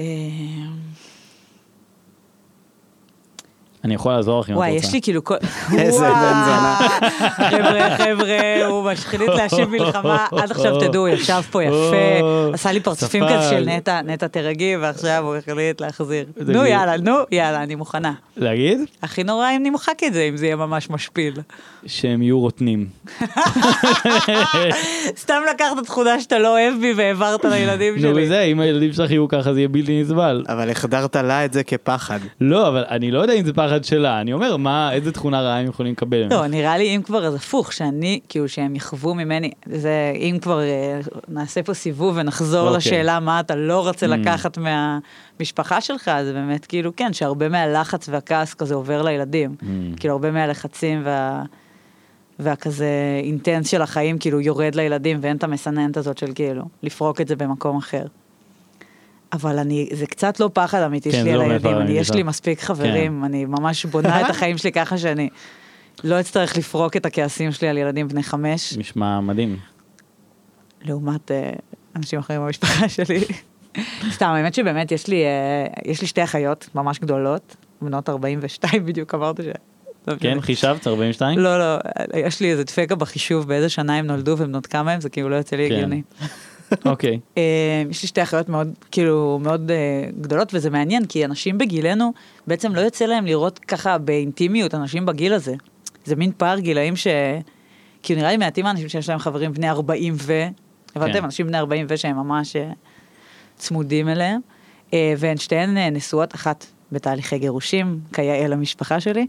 אני יכול לעזור לך אם את רוצה. וואי, יש לי כאילו איזה בן זונה. חבר'ה, הוא משחילית להשיב מלחמה, עד עכשיו תדעו, ישב פה יפה, עשה לי פרצופים כזה של נטע תרגי, ועכשיו הוא החליט להחזיר. נו יאללה, אני מוכנה. להגיד? הכי נורא אם נמחק את זה, אם זה יהיה ממש משפיל. שהם יהיו רוטנים. סתם לקחת את תכונה שאתה לא אוהב בי והעברת לילדים שלי. נו וזה, אם הילדים שלך יהיו ככה, זה יהיה בלתי נסבל. אבל החדרת לה את זה כפחד. לא, אבל אני לא יודע אם זה פחד שלה. אני אומר, איזה תכונה רעה הם יכולים לקבל? לא, נראה לי אם כבר אז הפוך, שאני, כאילו שהם יחוו ממני, זה אם כבר נעשה פה סיבוב ונחזור לשאלה מה אתה לא רוצה לקחת מהמשפחה שלך, זה באמת כאילו כן, שהרבה מהלחץ והכעס כזה עובר לילדים. כאילו הרבה מהלחצים והכזה אינטנס של החיים כאילו יורד לילדים ואין את המסננת הזאת של כאילו לפרוק את זה במקום אחר. אבל זה קצת לא פחד אמיתי שלי על הילדים, יש לי מספיק חברים, אני ממש בונה את החיים שלי ככה שאני לא אצטרך לפרוק את הכעסים שלי על ילדים בני 5. נשמע מדהים. לעומת אנשים אחרים במשפחה שלי. סתם, האמת שבאמת יש לי 2 אחיות ממש גדולות, בנות 42 בדיוק אמרת ש... כן, חישבת 42? לא, יש לי איזה דפקה בחישוב באיזה שנה הם נולדו ובנות כמה הם, זה כאילו לא יוצא לי הגיוני. אוקיי. יש לי 2 אחיות מאוד, כאילו, מאוד גדולות, וזה מעניין, כי אנשים בגילנו, בעצם לא יוצא להם לראות ככה באינטימיות, אנשים בגיל הזה. זה מין פער גילאים כאילו נראה לי מעטים האנשים שיש להם חברים בני 40 הבנתם, אנשים בני 40 שהם ממש צמודים אליהם, והן שתיהן נשואות, אחת בתהליכי גירושים, כיאה למשפחה שלי,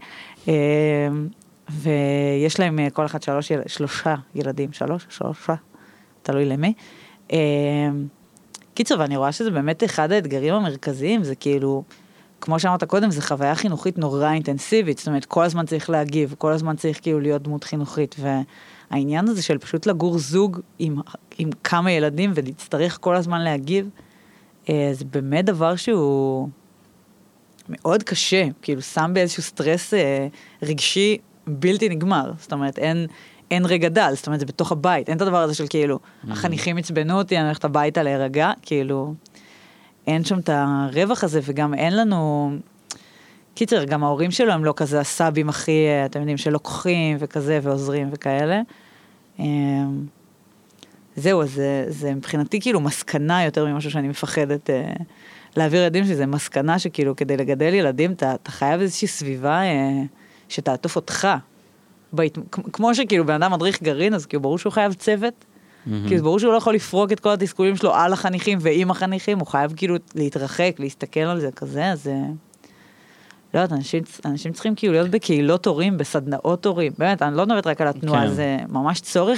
ויש להם כל אחד 3 ילדים, 3, תלוי למי. קיצור, ואני רואה שזה באמת אחד האתגרים המרכזיים, זה כאילו, כמו שאמרת קודם, זה חוויה חינוכית נורא אינטנסיבית, זאת אומרת, כל הזמן צריך להגיב, כל הזמן צריך כאילו להיות דמות חינוכית, והעניין הזה של פשוט לגור זוג עם כמה ילדים, ולהצטרך כל הזמן להגיב, זה באמת דבר שהוא מאוד קשה, כאילו שם באיזשהו סטרס רגשי בלתי נגמר, זאת אומרת, אין רגע דל, זאת אומרת, זה בתוך הבית, אין את הדבר הזה של כאילו, החניכים הצבנו אותי, אני הולכת הביתה להירגע, כאילו, אין שם את הרווח הזה, וגם אין לנו, קיצר, גם ההורים שלו הם לא כזה הסאבים הכי, אתם יודעים, שלוקחים וכזה, ועוזרים וכאלה, זהו, זה מבחינתי כאילו מסקנה יותר ממשהו שאני מפחדת להעביר ילדים, שזה מסקנה שכאילו כדי לגדל ילדים, אתה חייב איזושהי סביבה שתעטוף אותך. כמו שכאילו בן אדם מדריך גרעין, אז כאילו ברור שהוא חייב צוות, כאילו ברור שהוא לא יכול לפרוק את כל התסכולים שלו על החניכים ועם החניכים, הוא חייב כאילו להתרחק, להסתכל על זה כזה, אז לא יודעת, אנשים צריכים כאילו להיות בקהילות הורים, בסדנאות הורים, באמת, אני לא מדברת רק על התנועה, זה ממש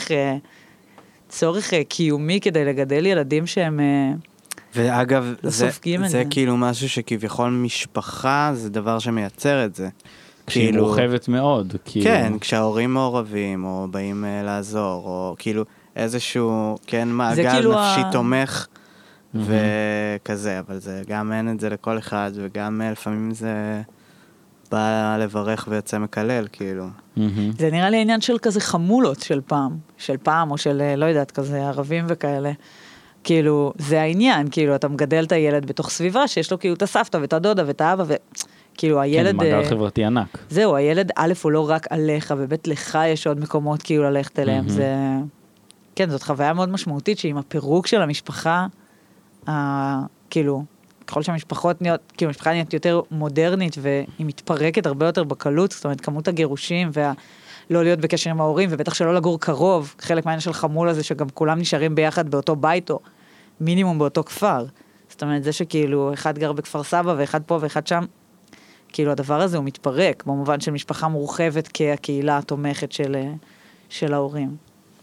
צורך קיומי כדי לגדל ילדים שהם ואגב, זה כאילו משהו שכביכול משפחה, זה דבר שמייצר את זה. כשהיא מורחבת מאוד. כן, כשההורים מעורבים, או באים לעזור, או כאילו איזשהו, כן, מעגל נפשי תומך, וכזה, אבל זה גם אין את זה לכל אחד, וגם לפעמים זה בא לברך ויוצא מקלל, כאילו. זה נראה לי עניין של כזה חמולות של פעם, או של, לא יודעת, כזה ערבים וכאלה. כאילו, זה העניין, כאילו, אתה מגדל את הילד בתוך סביבה, שיש לו כאילו את הסבתא ואת הדודה ואת האבא, וכאילו הילד... כן, מעגל חברתי ענק. זהו, הילד, א', הוא לא רק עליך, וב' לך יש עוד מקומות כאילו ללכת אליהם, זה... כן, זאת חוויה מאוד משמעותית, שעם הפירוק של המשפחה, כאילו, ככל שהמשפחות נהיות, כאילו, המשפחה נהיות יותר מודרנית, והיא מתפרקת הרבה יותר בקלות, זאת אומרת, כמות הגירושים לא להיות בקשר עם ההורים, ובטח שלא לגור קרוב, חלק מהעניין של חמול הזה, שגם כולם נשארים ביחד באותו בית, או מינימום באותו כפר. זאת אומרת, זה שכאילו, אחד גר בכפר סבא, ואחד פה ואחד שם, כאילו, הדבר הזה הוא מתפרק, במובן של משפחה מורחבת כהקהילה התומכת של ההורים.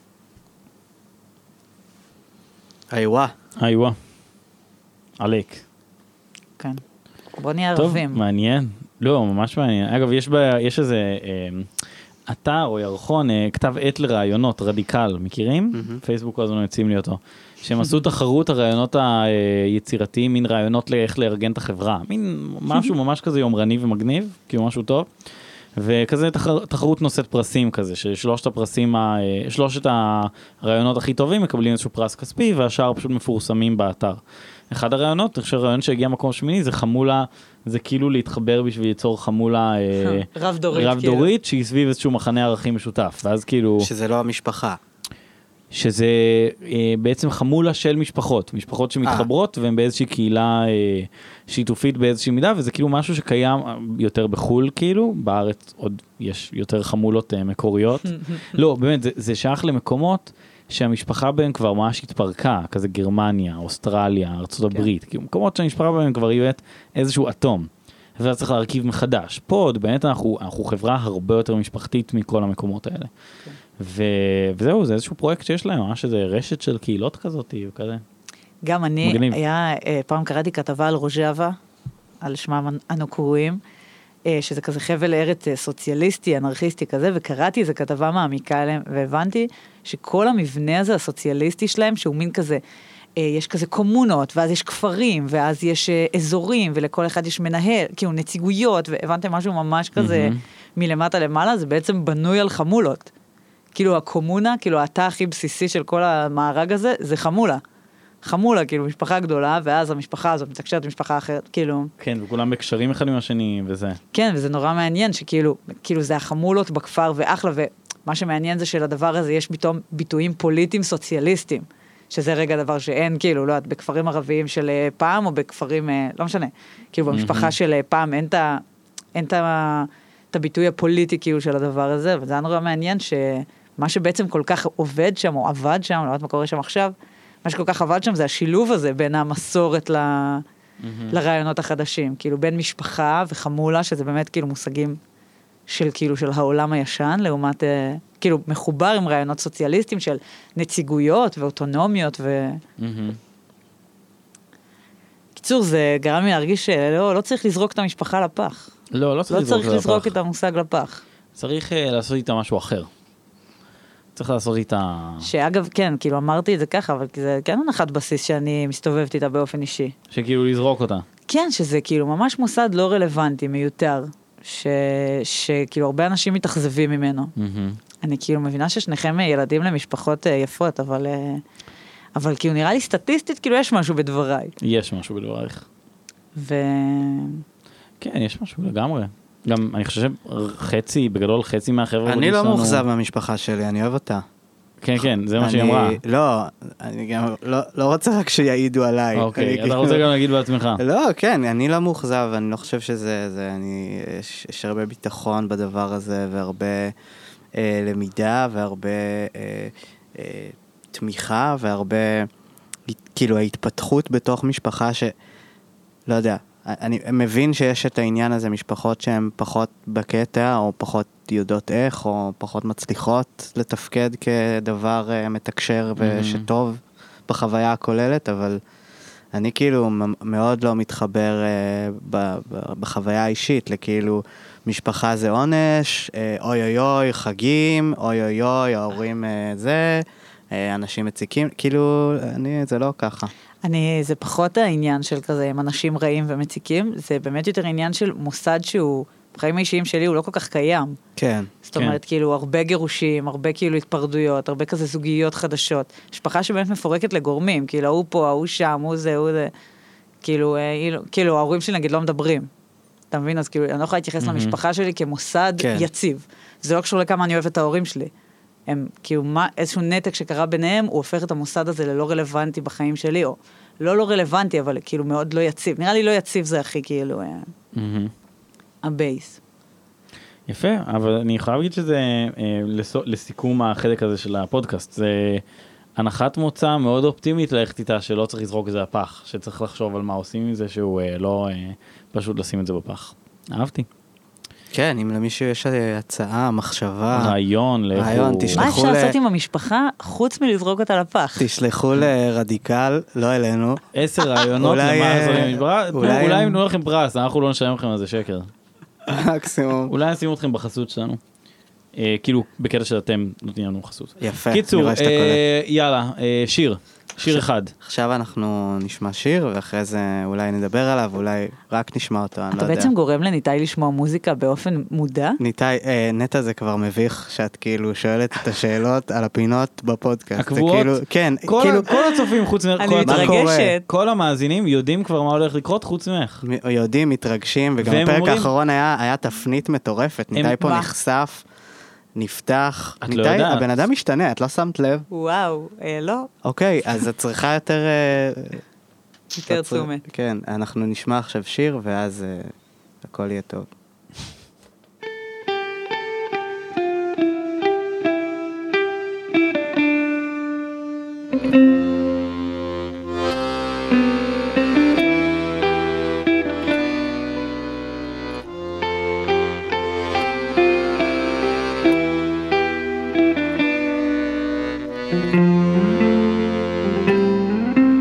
איווה. עליק. כן. בוא נהיה ערבים. טוב, מעניין. לא, ממש מעניין. אגב, יש איזה... אתר או ירחון, כתב עת לרעיונות, רדיקל, מכירים? פייסבוק כל הזמן יוצאים לי אותו. שהם עשו תחרות הרעיונות היצירתיים, מין רעיונות לאיך לארגן את החברה. מין משהו ממש כזה יומרני ומגניב, כאילו משהו טוב. וכזה תחרות נושאת פרסים כזה, ששלושת הרעיונות הכי טובים מקבלים איזשהו פרס כספי, והשאר פשוט מפורסמים באתר. אחד הרעיונות, אני חושב רעיון שהגיע מקום שמיני, זה חמולה, זה כאילו להתחבר בשביל ליצור חמולה רב-דורית, שהיא סביב איזשהו מחנה ערכים משותף, ואז כאילו... שזה לא המשפחה. שזה בעצם חמולה של משפחות שמתחברות, והן באיזושהי קהילה שיתופית באיזושהי מידה, וזה כאילו משהו שקיים יותר בחול, כאילו, בארץ עוד יש יותר חמולות מקוריות. לא, באמת, זה שייך למקומות, שהמשפחה בהם כבר ממש התפרקה, כזה גרמניה, אוסטרליה, ארצות הברית, כאילו מקומות שהמשפחה בהם כבר יהיית איזשהו אטום, ואז צריך להרכיב מחדש. פה עוד באמת אנחנו חברה הרבה יותר משפחתית מכל המקומות האלה. וזהו, זה איזשהו פרויקט שיש להם, ממש איזה רשת של קהילות כזאת וכזה. גם אני, פעם קראתי כתבה על רוז'אבה, על שמם אנו קרואים, שזה כזה חבל ארץ סוציאליסטי, אנרכיסטי כזה, וקראתי איזו כתבה מעמיקה עליהם, והבנתי שכל המבנה הזה הסוציאליסטי שלהם, שהוא מין כזה, יש כזה קומונות, ואז יש כפרים, ואז יש אזורים, ולכל אחד יש מנהל, כאילו נציגויות, והבנתם משהו ממש כזה מלמטה למעלה, זה בעצם בנוי על חמולות. כאילו הקומונה, כאילו התא הכי בסיסי של כל המארג הזה, זה חמולה. חמולה, כאילו משפחה גדולה, ואז המשפחה הזאת מתקשרת למשפחה אחרת, כאילו... כן, וכולם בקשרים אחד עם השני, וזה. כן, וזה נורא מעניין, שכאילו, זה החמולות בכפר ואחלה, ומה שמעניין זה שלדבר הזה יש פתאום ביטויים פוליטיים סוציאליסטיים, שזה רגע דבר שאין, כאילו, לא, בכפרים ערביים של פעם, או בכפרים, לא משנה, כאילו במשפחה של פעם אין את הביטוי הפוליטי, כאילו, של הדבר הזה, וזה נורא מעניין שמה שבעצם כל כך עובד שם, או עבד שם, לא יודעת מה קורה שם עכשיו, מה שכל כך עבד שם זה השילוב הזה בין המסורת לרעיונות החדשים, כאילו בין משפחה וחמולה, שזה באמת כאילו מושגים של כאילו של העולם הישן, לעומת כאילו מחובר עם רעיונות סוציאליסטיים של נציגויות ואוטונומיות קיצור, זה גרם לי להרגיש שלא צריך לזרוק את המשפחה לפח. לא צריך לזרוק את המושג לפח. צריך לעשות איתה משהו אחר. צריך לעשות איתה... שאגב, כן, כאילו אמרתי את זה ככה, אבל זה כן הנחת בסיס שאני מסתובבת איתה באופן אישי. שכאילו לזרוק אותה. כן, שזה כאילו ממש מוסד לא רלוונטי, מיותר, שכאילו הרבה אנשים מתאכזבים ממנו. אני כאילו מבינה ששניכם ילדים למשפחות יפות, אבל כאילו נראה לי סטטיסטית, כאילו יש משהו בדבריי. יש משהו בדברייך. כן, יש משהו לגמרי. גם אני חושב בגדול חצי מהחבר'ה... אני לא מאוכזב מהמשפחה שלי, אני אוהב אותה. כן, כן, זה מה שהיא אמרה. לא, אני גם לא רוצה רק שיעידו עליי. אוקיי, אתה רוצה גם להגיד בעצמך. לא, כן, אני לא מאוכזב, אני לא חושב שזה, יש הרבה ביטחון בדבר הזה, והרבה למידה, והרבה תמיכה, והרבה, כאילו, ההתפתחות בתוך משפחה לא יודע, אני מבין שיש את העניין הזה, משפחות שהן פחות בקטע, או פחות יודעות איך, או פחות מצליחות לתפקד כדבר מתקשר ושטוב בחוויה הכוללת, אבל אני כאילו מאוד לא מתחבר בחוויה האישית, לכאילו משפחה זה עונש, אוי אוי אוי, חגים, אוי אוי אוי, ההורים זה, אנשים מציקים, כאילו, זה לא ככה. זה פחות העניין של כזה, הם אנשים רעים ומציקים, זה באמת יותר עניין של מוסד שהוא, בחיים האישיים שלי הוא לא כל כך קיים. כן. זאת אומרת, כאילו, הרבה גירושים, הרבה כאילו התפרדויות, הרבה כזה זוגיות חדשות. משפחה שבאמת מפורקת לגורמים, כאילו, הוא פה, הוא שם, הוא זה, הוא זה. כאילו, ההורים שלי נגיד לא מדברים. אתה מבין? אז כאילו, אני לא יכולה להתייחס למשפחה שלי כמוסד יציב. זה לא קשור לכמה אני אוהבת את ההורים שלי. הם, כאילו, איזשהו נתק שקרה ביניהם, הוא הופך את המוסד הזה ללא רלוונטי בחיים שלי, או לא רלוונטי, אבל כאילו מאוד לא יציב. נראה לי לא יציב זה הכי כאילו, הבייס. יפה, אבל אני חייב להגיד שזה, לסיכום החלק הזה של הפודקאסט, זה הנחת מוצא מאוד אופטימית ללכת איתה, שלא צריך לזרוק את זה בפח, שצריך לחשוב על מה עושים עם זה, שהוא לא פשוט לשים את זה בפח. אהבתי. כן, אם למישהו יש הצעה, מחשבה, רעיון, מה אפשר לעשות עם המשפחה, חוץ מלזרוק אותה לפח? תשלחו לרדיקל, לא אלינו. 10 רעיונות למה עזרים למשפחה, אולי אם נו לכם פרס, אנחנו לא נשלם לכם על זה שקר. מקסימום. אולי נשים אתכם בחסות שלנו. כאילו, בקטע שאתם נותנים לנו חסות. יפה. קיצור, יאללה, שיר אחד. עכשיו אנחנו נשמע שיר, ואחרי זה אולי נדבר עליו, אולי רק נשמע אותו, אני לא יודע. אתה בעצם גורם לניתאי לשמוע מוזיקה באופן מודע? ניתאי, נטע זה כבר מביך, שאת כאילו שואלת את השאלות על הפינות בפודקאסט. הקבועות? כן. כל הצופים חוץ ממך, אני מתרגשת. כל המאזינים יודעים כבר מה הולך לקרות חוץ ממך. יודעים, מתרגשים, וגם הפרק האחרון היה תפנית מטורפת, ניתאי פה נחשף. נפתח. את לא יודעת. הבן אדם משתנה, את לא שמת לב? וואו, לא. אוקיי, אז את צריכה יותר תשומת. כן, אנחנו נשמע עכשיו שיר, ואז הכל יהיה טוב.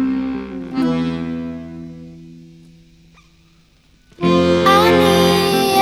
אני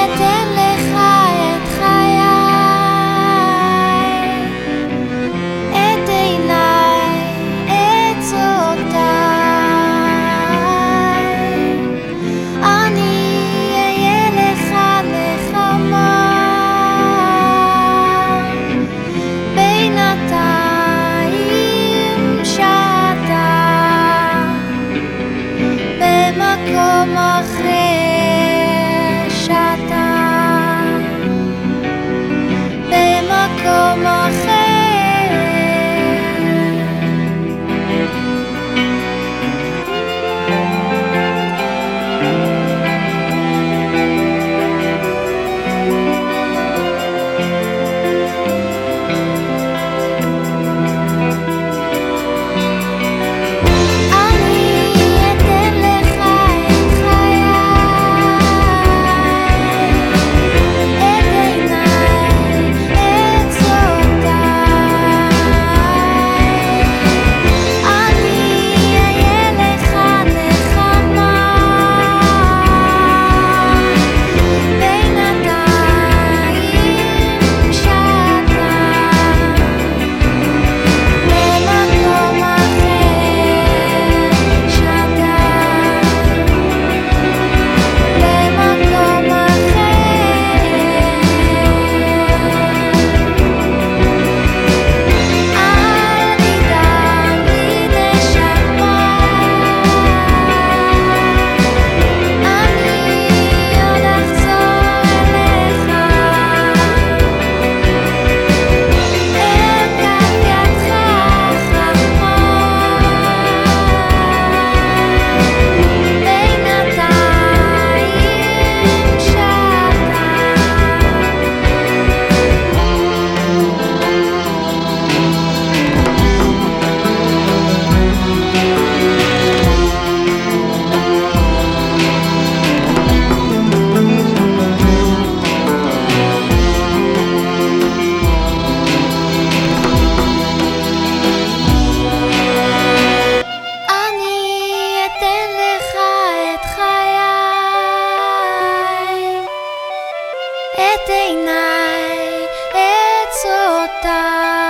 בעיניי עצותיי.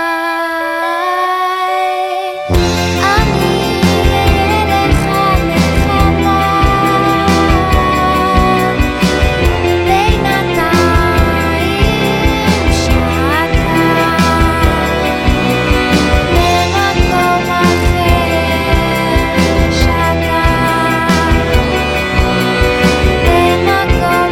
אני אלך נחמה בינתיים שעתה במקום אחר שעתה במקום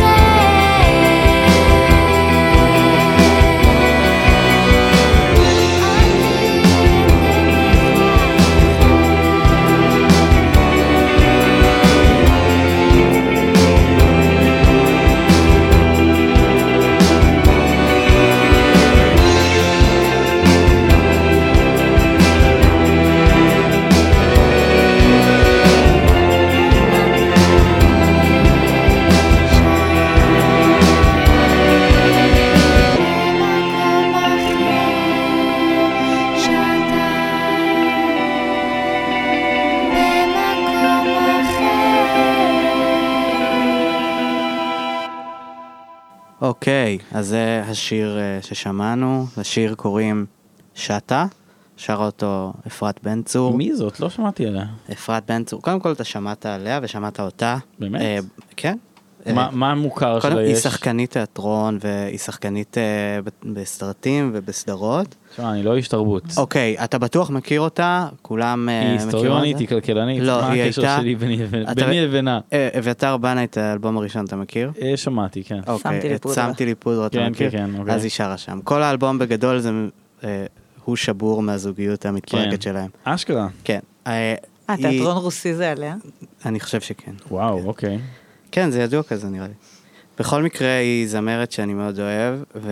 אוקיי, אז זה השיר ששמענו, לשיר קוראים שתה, שרה אותו אפרת בן צור. מי זאת? לא שמעתי עליה. אפרת בן צור, קודם כל אתה שמעת עליה ושמעת אותה. באמת? כן. מה המוכר קודם, שלה היא יש? שחקנית תיאטרון והיא שחקנית בסרטים ובסדרות. תשמע, אני לא איש תרבות. אוקיי, אתה בטוח מכיר אותה, כולם מכירים היא אותה. היסטוריונית, היא כלכלנית. לא, מה היא הקשר הייתה- שלי אתה- ביני לבינה? אביתר בנה את האלבום הראשון, אתה מכיר? שמעתי, כן. אוקיי, שמתי לי את פודרה. שמתי לי פודרה, אתה כן, מכיר? כן, כן, אוקיי. אז היא שרה שם. כל האלבום בגדול זה הוא שבור מהזוגיות המתפרקת כן. שלהם. אשכרה. כן. תיאטרון רוסי זה עליה? אני חושב שכן. וואו, אוקיי. כן, זה ידוע כזה נראה לי. בכל מקרה היא זמרת שאני מאוד אוהב,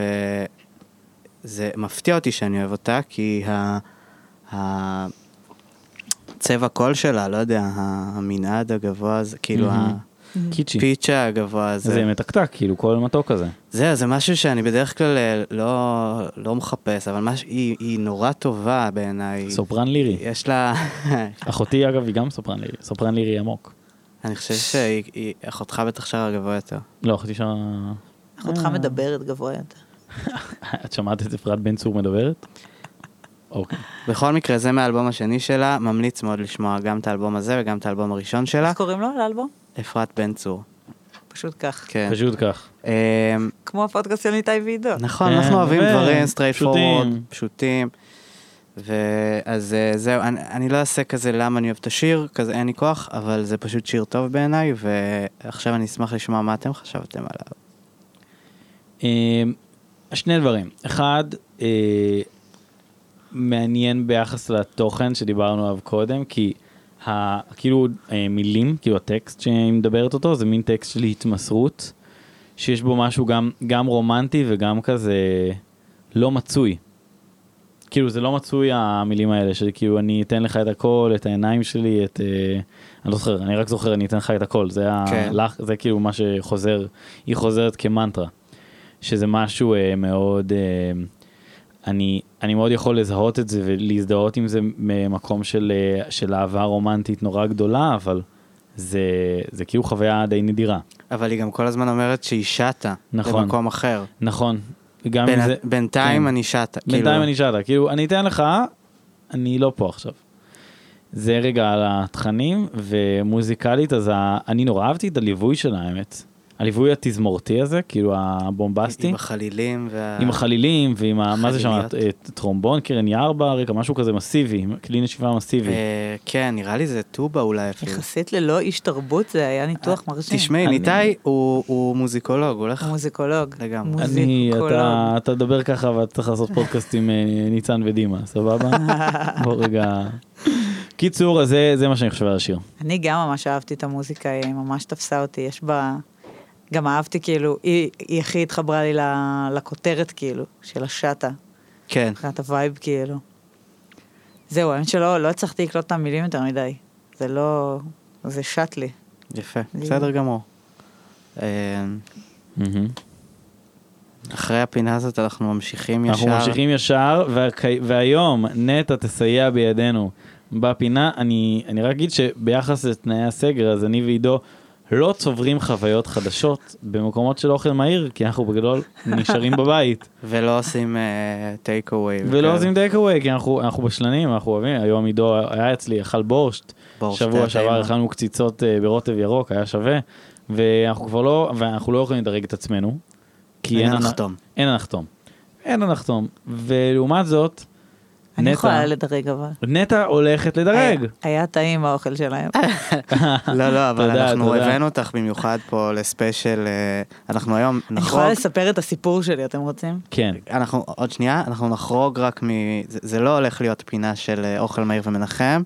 וזה מפתיע אותי שאני אוהב אותה, כי הצבע קול שלה, לא יודע, המנעד הגבוה הזה, כאילו קיצ'י. הפיצ'ה הגבוה הזה. זה מתקתק, כאילו כל מתוק כזה. זה משהו שאני בדרך כלל לא מחפש, אבל היא נורא טובה בעיניי. סופרן לירי. יש לה... אחותי אגב היא גם סופרן לירי. סופרן לירי עמוק. אני חושב שהיא אחותך בטח שרה גבוה יותר. לא, אחותי שרה... אחותך מדברת גבוה יותר. את שמעת את אפרת בן צור מדברת? אוקיי. בכל מקרה, זה מהאלבום השני שלה, ממליץ מאוד לשמוע גם את האלבום הזה וגם את האלבום הראשון שלה. איך קוראים לו לאלבום? אפרת בן צור. פשוט כך. כן. פשוט כך. כמו הפודקאסט של ניתאי ועידו. נכון, כן, אנחנו אוהבים באמת, דברים straight פשוטים. forward, פשוטים. ואז זהו, אני לא אעשה כזה למה אני אוהב את השיר, כזה אין לי כוח, אבל זה פשוט שיר טוב בעיניי, ועכשיו אני אשמח לשמוע מה אתם חשבתם עליו. שני דברים. אחד, מעניין ביחס לתוכן שדיברנו עליו קודם, כי כאילו מילים, כאילו הטקסט שהיא מדברת אותו, זה מין טקסט של התמסרות, שיש בו משהו גם רומנטי וגם כזה לא מצוי. כאילו זה לא מצוי המילים האלה, שכאילו אני אתן לך את הכל, את העיניים שלי, אני לא זוכר, אני רק זוכר, אני אתן לך את הכל, כן. זה כאילו מה שחוזר, היא חוזרת כמנטרה, שזה משהו מאוד, אני מאוד יכול לזהות את זה ולהזדהות עם זה ממקום של אהבה רומנטית נורא גדולה, אבל זה כאילו חוויה די נדירה. אבל היא גם כל הזמן אומרת שהיא שתה, נכון. במקום אחר. נכון. גם אם זה... בינתיים כן. אני שתה. בינתיים אני שתה, כאילו אני אתן לך, אני לא פה עכשיו. זה רגע על התכנים, ומוזיקלית, אז אני נורא אהבתי את הליווי של האמת. הליווי התזמורתי הזה, כאילו הבומבסטי. עם החלילים עם החלילים, ועם מה זה שם, חליליות. טרומבון, קרן יער ברקע, משהו כזה מסיבי, כלי נשיפה מסיבי. כן, נראה לי זה טובה אולי אפילו. יחסית ללא איש תרבות זה היה ניתוח מרשים. תשמעי, ניתאי הוא מוזיקולוג, הוא הולך... הוא מוזיקולוג. לגמרי. אתה תדבר ככה ואתה צריך לעשות פודקאסט עם ניצן ודימה, סבבה? בוא רגע. קיצור, אז זה מה שאני חושב על השיר. אני גם ממש אהבתי את המוזיקה, היא ממש תפסה אותי, יש בה... גם אהבתי כאילו, היא הכי התחברה לי לכותרת כאילו, של השטה. כן. את הווייב כאילו. זהו, האמת שלא הצלחתי לקלוט את המילים יותר מדי. זה לא... זה שט לי. יפה, בסדר גמור. אחרי הפינה הזאת אנחנו ממשיכים ישר. אנחנו ממשיכים ישר, והיום נטע תסייע בידינו בפינה. אני רק אגיד שביחס לתנאי הסגר, אז אני ועידו לא צוברים חוויות חדשות במקומות של אוכל מהיר, כי אנחנו בגדול נשארים בבית. ולא עושים טייק אווי. ולא עושים טייק אווי, כי אנחנו בשלנים, אנחנו אוהבים. היום עידו היה אצלי, אכל בורשט. שבוע שעבר הכנו קציצות ברוטב ירוק, היה שווה. ואנחנו לא יכולים לדרג את עצמנו. כי אין הנחתום. ולעומת זאת, אני יכולה לדרג אבל. נטע הולכת לדרג. היה טעים האוכל שלהם. לא, אבל אנחנו הבאנו אותך במיוחד פה לספיישל, אנחנו היום נחרוג. אני יכולה לספר את הסיפור שלי, אתם רוצים? כן. עוד שנייה, אנחנו נחרוג רק זה לא הולך להיות פינה של אוכל מהיר ומנחם,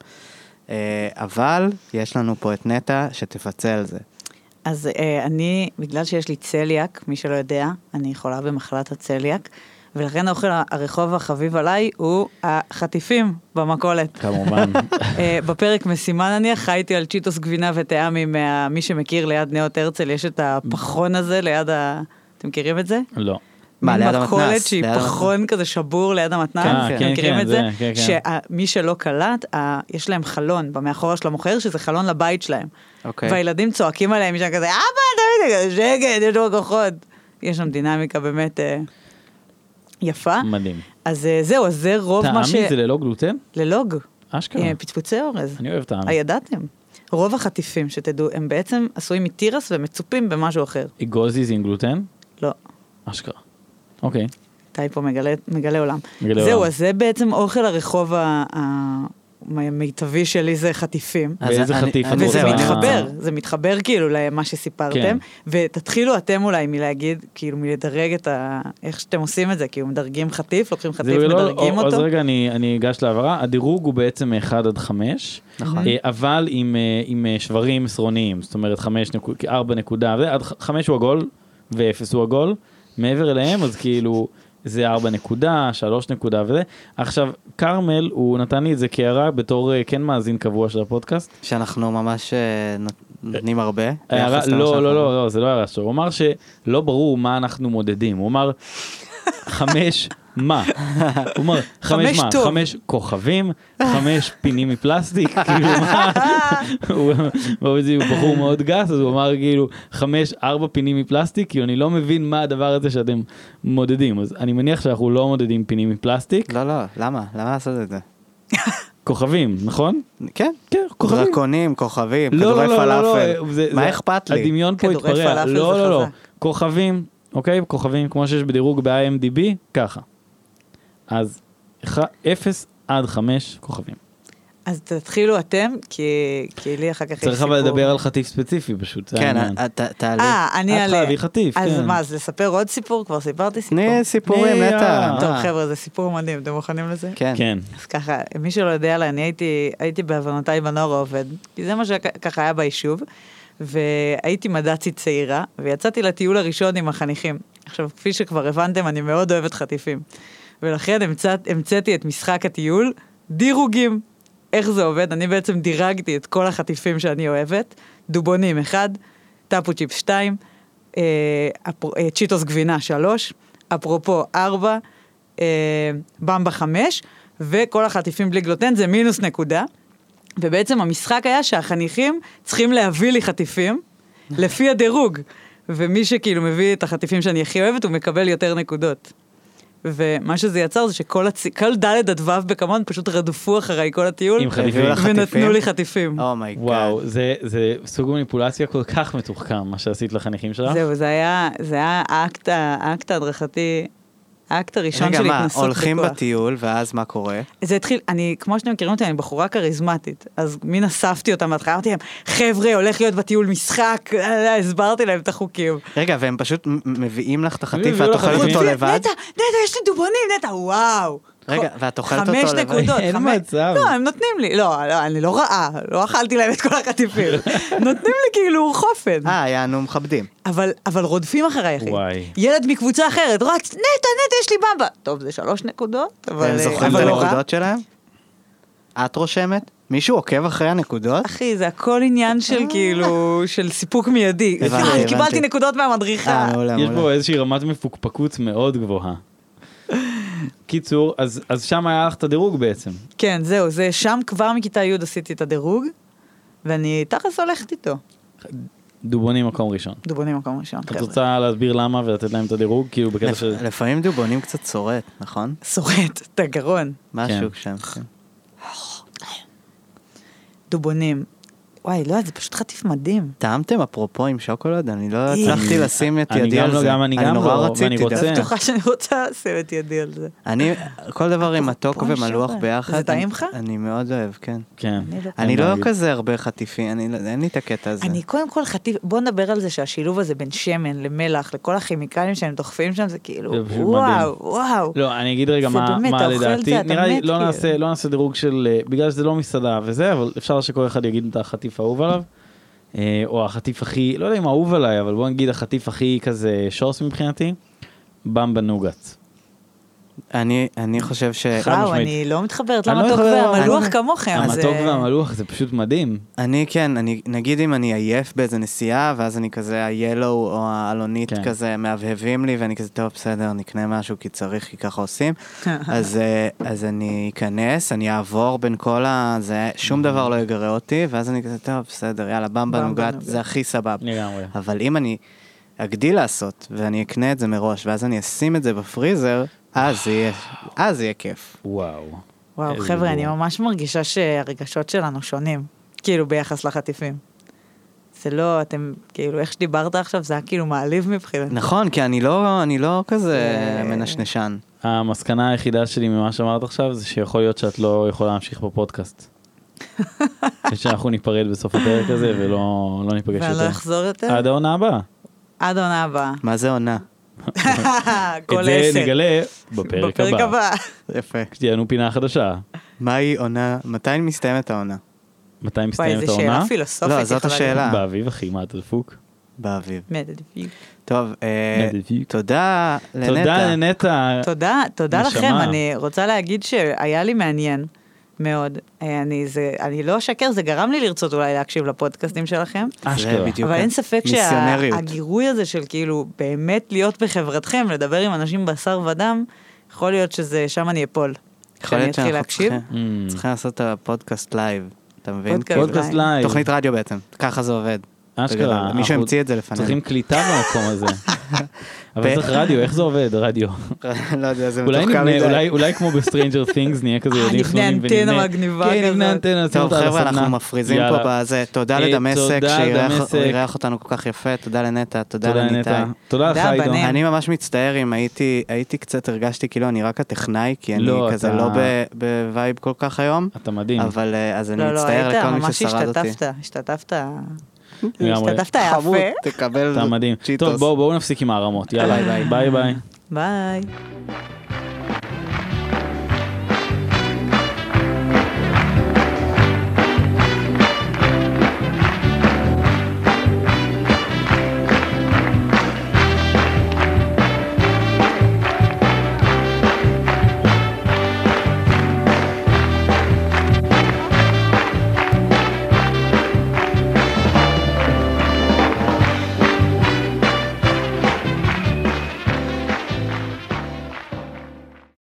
אבל יש לנו פה את נטע שתפצה על זה. אז אני, בגלל שיש לי צליאק, מי שלא יודע, אני חולה במחלת הצליאק, ולכן האוכל הרחוב החביב עליי הוא החטיפים במכולת. כמובן. בפרק משימה נניח, חייתי על צ'יטוס גבינה וטעמים, מי שמכיר ליד נאות הרצל, יש את הפחון הזה ליד אתם מכירים את זה? לא. מה, ליד המתנס? מכולת שהיא פחון כזה שבור ליד המתנס, מכירים את זה? שמי שלא קלט, יש להם חלון במאחורה של המוכר, שזה חלון לבית שלהם. והילדים צועקים עליהם, משם כזה, אבא, שקט, יש לו כוחות. יש שם דינמיקה באמת יפה. מדהים. אז זהו, אז זה רוב מה ש... טעמי זה ללוג גלוטן? ללוג. אשכרה. פצפוצי אורז. אני אוהב טעמי. הידעתם. רוב החטיפים שתדעו, הם בעצם עשויים מתירס ומצופים במשהו אחר. אגוזיז עם גלוטן? לא. אשכרה. אוקיי. טייפו מגלה עולם. זהו, אז זה בעצם אוכל הרחוב המיטבי שלי, זה חטיפים. ואיזה חטיף? וזה מתחבר, זה מתחבר כאילו למה שסיפרתם, ותתחילו אתם אולי מלהגיד, כאילו מלדרג את איך שאתם עושים את זה, כאילו מדרגים חטיף, לוקחים חטיף, מדרגים אותו. אז רגע, אני אגש להעברה, הדירוג הוא בעצם 1 עד 5, אבל עם שברים עשרוניים, זאת אומרת 4 נקודה, עד 5 הוא עגול, ו0 הוא עגול, מעבר אליהם, אז כאילו, זה 4 נקודה, 3 נקודה וזה. עכשיו, קרמל, הוא נתן לי את זה כהערה בתור כן מאזין קבוע של הפודקאסט. שאנחנו ממש נותנים הרבה. לא, זה לא הערה שלו. הוא אמר שלא ברור מה אנחנו מודדים. הוא אמר 5 מה? הוא אמר 5 מה? 5 כוכבים, 5 פינים מפלסטיק, כאילו מה? הוא בחור מאוד גס, אז הוא אמר כאילו 4 פינים מפלסטיק, כי אני לא מבין מה הדבר הזה שאתם מודדים. אז אני מניח שאנחנו לא מודדים פינים מפלסטיק. לא, למה? למה לעשות את זה? כוכבים, נכון? כן. כן, כוכבים. דרקונים, כוכבים, כדורי פלאפל. מה אכפת לי? הדמיון פה התפרע. לא. כוכבים, אוקיי? כוכבים, כמו שיש בדירוג ב-IMDb, ככה. אז 0 עד 5 כוכבים. אז תתחילו אתם, כי לי אחר כך יש סיפור. צריך אבל לדבר על חטיף ספציפי פשוט. כן, תעלי. אני אעלה. להביא חטיף, כן. אז מה, אז לספר עוד סיפור? כבר סיפרתי סיפור. תני סיפורים, נטע. טוב, חבר'ה, זה סיפור מדהים, אתם מוכנים לזה? כן. אז ככה, מי שלא יודע לה, אני הייתי בהבנותיי בנוער העובד, כי זה מה שככה היה ביישוב, והייתי מד"צית צעירה, ויצאתי לטיול הראשון עם החניכים. עכשיו, כפי שכבר הבנתם, אני מאוד אוהבת חטיפים. ולכן המצאתי את משחק הטיול, דירוגים. איך זה עובד? אני בעצם דירגתי את כל החטיפים שאני אוהבת, דובונים 1, טאפו צ'יפ 2, צ'יטוס גבינה 3, אפרופו 4, במבה 5, וכל החטיפים בלי גלוטן זה מינוס נקודה, ובעצם המשחק היה שהחניכים צריכים להביא לי חטיפים, לפי הדירוג, ומי שכאילו מביא את החטיפים שאני הכי אוהבת, הוא מקבל יותר נקודות. ומה שזה יצר זה שכל ד' עד ו' בכמון פשוט רדפו אחריי כל הטיול, ונתנו לי חטיפים. וואו, זה סוג מניפולציה כל כך מתוחכם, מה שעשית לחניכים שלך. זהו, זה היה האקט ההדרכתי, האקט הראשון של התנסות בכוח. הולכים בטיול, ואז מה קורה? זה התחיל, כמו שאתם מכירים אותי, אני בחורה כריזמטית, אז מין אספתי אותם, והתחלה אמרתי להם, חבר'ה, הולך להיות בטיול משחק, הסברתי להם את החוקים. רגע, והם פשוט מביאים לך את החטיף, ואת אוכלת אותו לבד? נטע, יש לי דובונים, נטע, וואו. רגע, ואת אוכלת אותו 5 נקודות. אין מצב. לא, הם נותנים לי, לא, אני לא רעה, לא אכלתי להם את כל החטיפים. נותנים לי כאילו חופן. יענו מכבדים. אבל רודפים אחריי, אחי. ילד מקבוצה אחרת, רץ, נטע, יש לי במבה. טוב, זה 3 נקודות, אבל הם זוכרים את הנקודות שלהם? את רושמת? מישהו עוקב אחרי הנקודות? אחי, זה הכל עניין של כאילו, של סיפוק מיידי. קיבלתי נקודות מהמדריכה. יש פה איזושהי רמת מפוקפקות מאוד גבוהה. קיצור, אז שם היה לך את הדירוג בעצם. כן, זהו, זה שם כבר מכיתה י' עשיתי את הדירוג, ואני תכף הולכת איתו. דובונים מקום ראשון. דובונים מקום ראשון, את חבר'ה. רוצה להסביר למה ולתת להם את הדירוג? כאילו בקטע של... לפעמים דובונים קצת צורט, נכון? שורט את הגרון. משהו שם. כן. דובונים. וואי, לא, זה פשוט חטיף מדהים. טעמתם אפרופו עם שוקולד? אני לא הצלחתי לשים את אני ידי גם על לא, זה. גם אני גם נורא לא, רציתי, ואני דווקא. רוצה. אני בטוחה שאני רוצה לשים את ידי על זה. אני, כל דבר עם מתוק אפרופו עם ומלוח שוקולד. ביחד. זה טעים לך? אני מאוד אוהב, כן. כן. אני אין לא להגיד. כזה הרבה חטיפים, אין לי את הקטע הזה. אני קודם כל חטיף, בוא נדבר על זה שהשילוב הזה בין שמן למלח, לכל הכימיקלים שהם דוחפים שם, זה כאילו, זה פשוט וואו, וואו. לא, אני אגיד רגע זה מה באמת, אתה אוכל את לדעתי. זה, אתה נראה לי, מת, לא נעשה דירוג של, בגלל שזה לא מסעדה וזה, אבל אפשר שכל אחד יגיד את החטיף האהוב עליו. או החטיף הכי, לא יודע אם אהוב עליי, אבל בוא נגיד החטיף הכי כזה שוס מבחינתי, במבה נוגת. אני חושב חד וואו, משמעית. אני לא מתחברת אני לא למתוק יכול- והמלוח אני- כמוכם. אז, המתוק והמלוח זה פשוט מדהים. נגיד אם אני עייף באיזה נסיעה, ואז אני כזה, ה-Yellow או האלונית כן. כזה מהבהבים לי, ואני כזה, טוב, בסדר, נקנה משהו, כי צריך, כי ככה עושים. אז אני אכנס, אני אעבור בין כל זה, שום דבר לא יגרה אותי, ואז אני כזה, טוב, בסדר, יאללה, במבה במבה נוגת, נוגת. זה הכי סבבה. לגמרי. אבל אם אני אגדיל לעשות, ואני אקנה את זה מראש, ואז אני אשים את זה בפריזר, אז יהיה כיף. וואו. וואו, איזה חבר'ה, אני דיבור. ממש מרגישה שהרגשות שלנו שונים, כאילו ביחס לחטיפים. זה לא, אתם, כאילו, איך שדיברת עכשיו, זה היה כאילו מעליב מבחינתי. נכון, כי אני לא כזה מנשנשן. המסקנה היחידה שלי ממה שאמרת עכשיו, זה שיכול להיות שאת לא יכולה להמשיך בפודקאסט. ושאנחנו ניפרד בסוף הפרק הזה, ולא ניפגש ואני לא יותר. אחזור יותר? עד העונה הבאה. עד העונה הבאה. מה זה עונה? כל את זה 10. נגלה בפרק בפרק הבא. הבא. יפה. כשתהיה לנו פינה חדשה. מהי עונה? מתי מסתיימת העונה? מתי וואי, מסתיימת זו העונה? שאלה פילוסופית. לא, זאת יכולה השאלה. באביב, אחי, מה אתה דפוק? באביב. להיות. מדפיק. טוב, תודה לנטע. תודה לנטע. תודה נשמה. לכם, אני רוצה להגיד שהיה לי מעניין מאוד. אני לא אשקר, זה גרם לי לרצות אולי להקשיב לפודקאסטים שלכם. זה אשכרה. בדיוק. אבל אין ספק מיסיונריות. שהגירוי הזה של כאילו באמת להיות בחברתכם, לדבר עם אנשים בשר ודם, יכול להיות שזה, שם אני אפול. יכול כשאני להיות אתחיל שאנחנו להקשיב. צריכים לעשות את הפודקאסט לייב. אתה מבין? פודקאסט כאילו, פודקאסט לייב. תוכנית רדיו בעצם. ככה זה עובד. אשכרה. בגדול. מישהו אנחנו המציא את זה לפנינו. צריכים קליטה במקום הזה. אבל צריך רדיו, איך זה עובד, רדיו? לא יודע, זה אולי מתוחכם נבנה, מדי. אולי כמו בסטרנג'ר תינגס נהיה כזה ילדים נבנה חנונים אנטנה מגניבה כן, נבנה כזאת. אנטנה, נשים טוב אותה על חבר'ה, הסדנה. אנחנו מפריזים יאללה. פה בזה. תודה לדמשק תודה לדמשק. שאירח אותנו כל כך יפה. תודה לנטע, תודה תודה לניתאי. לנטע. תודה לך תודה, עידו. בנים. אני ממש מצטער אם הייתי קצת, הרגשתי כאילו אני רק הטכנאי, כי אני לא, כזה אתה- לא בווייב כל כך היום, אתה מדהים. אבל אז אני לא, מצטער היית לכל מי ממש ששרד אותי. השתתפת לגמרי. חמוד, יפה. תקבל אתה מדהים. צ'יטוס. טוב, בואו נפסיק עם הערמות. יאללה, ביי, ביי ביי. ביי.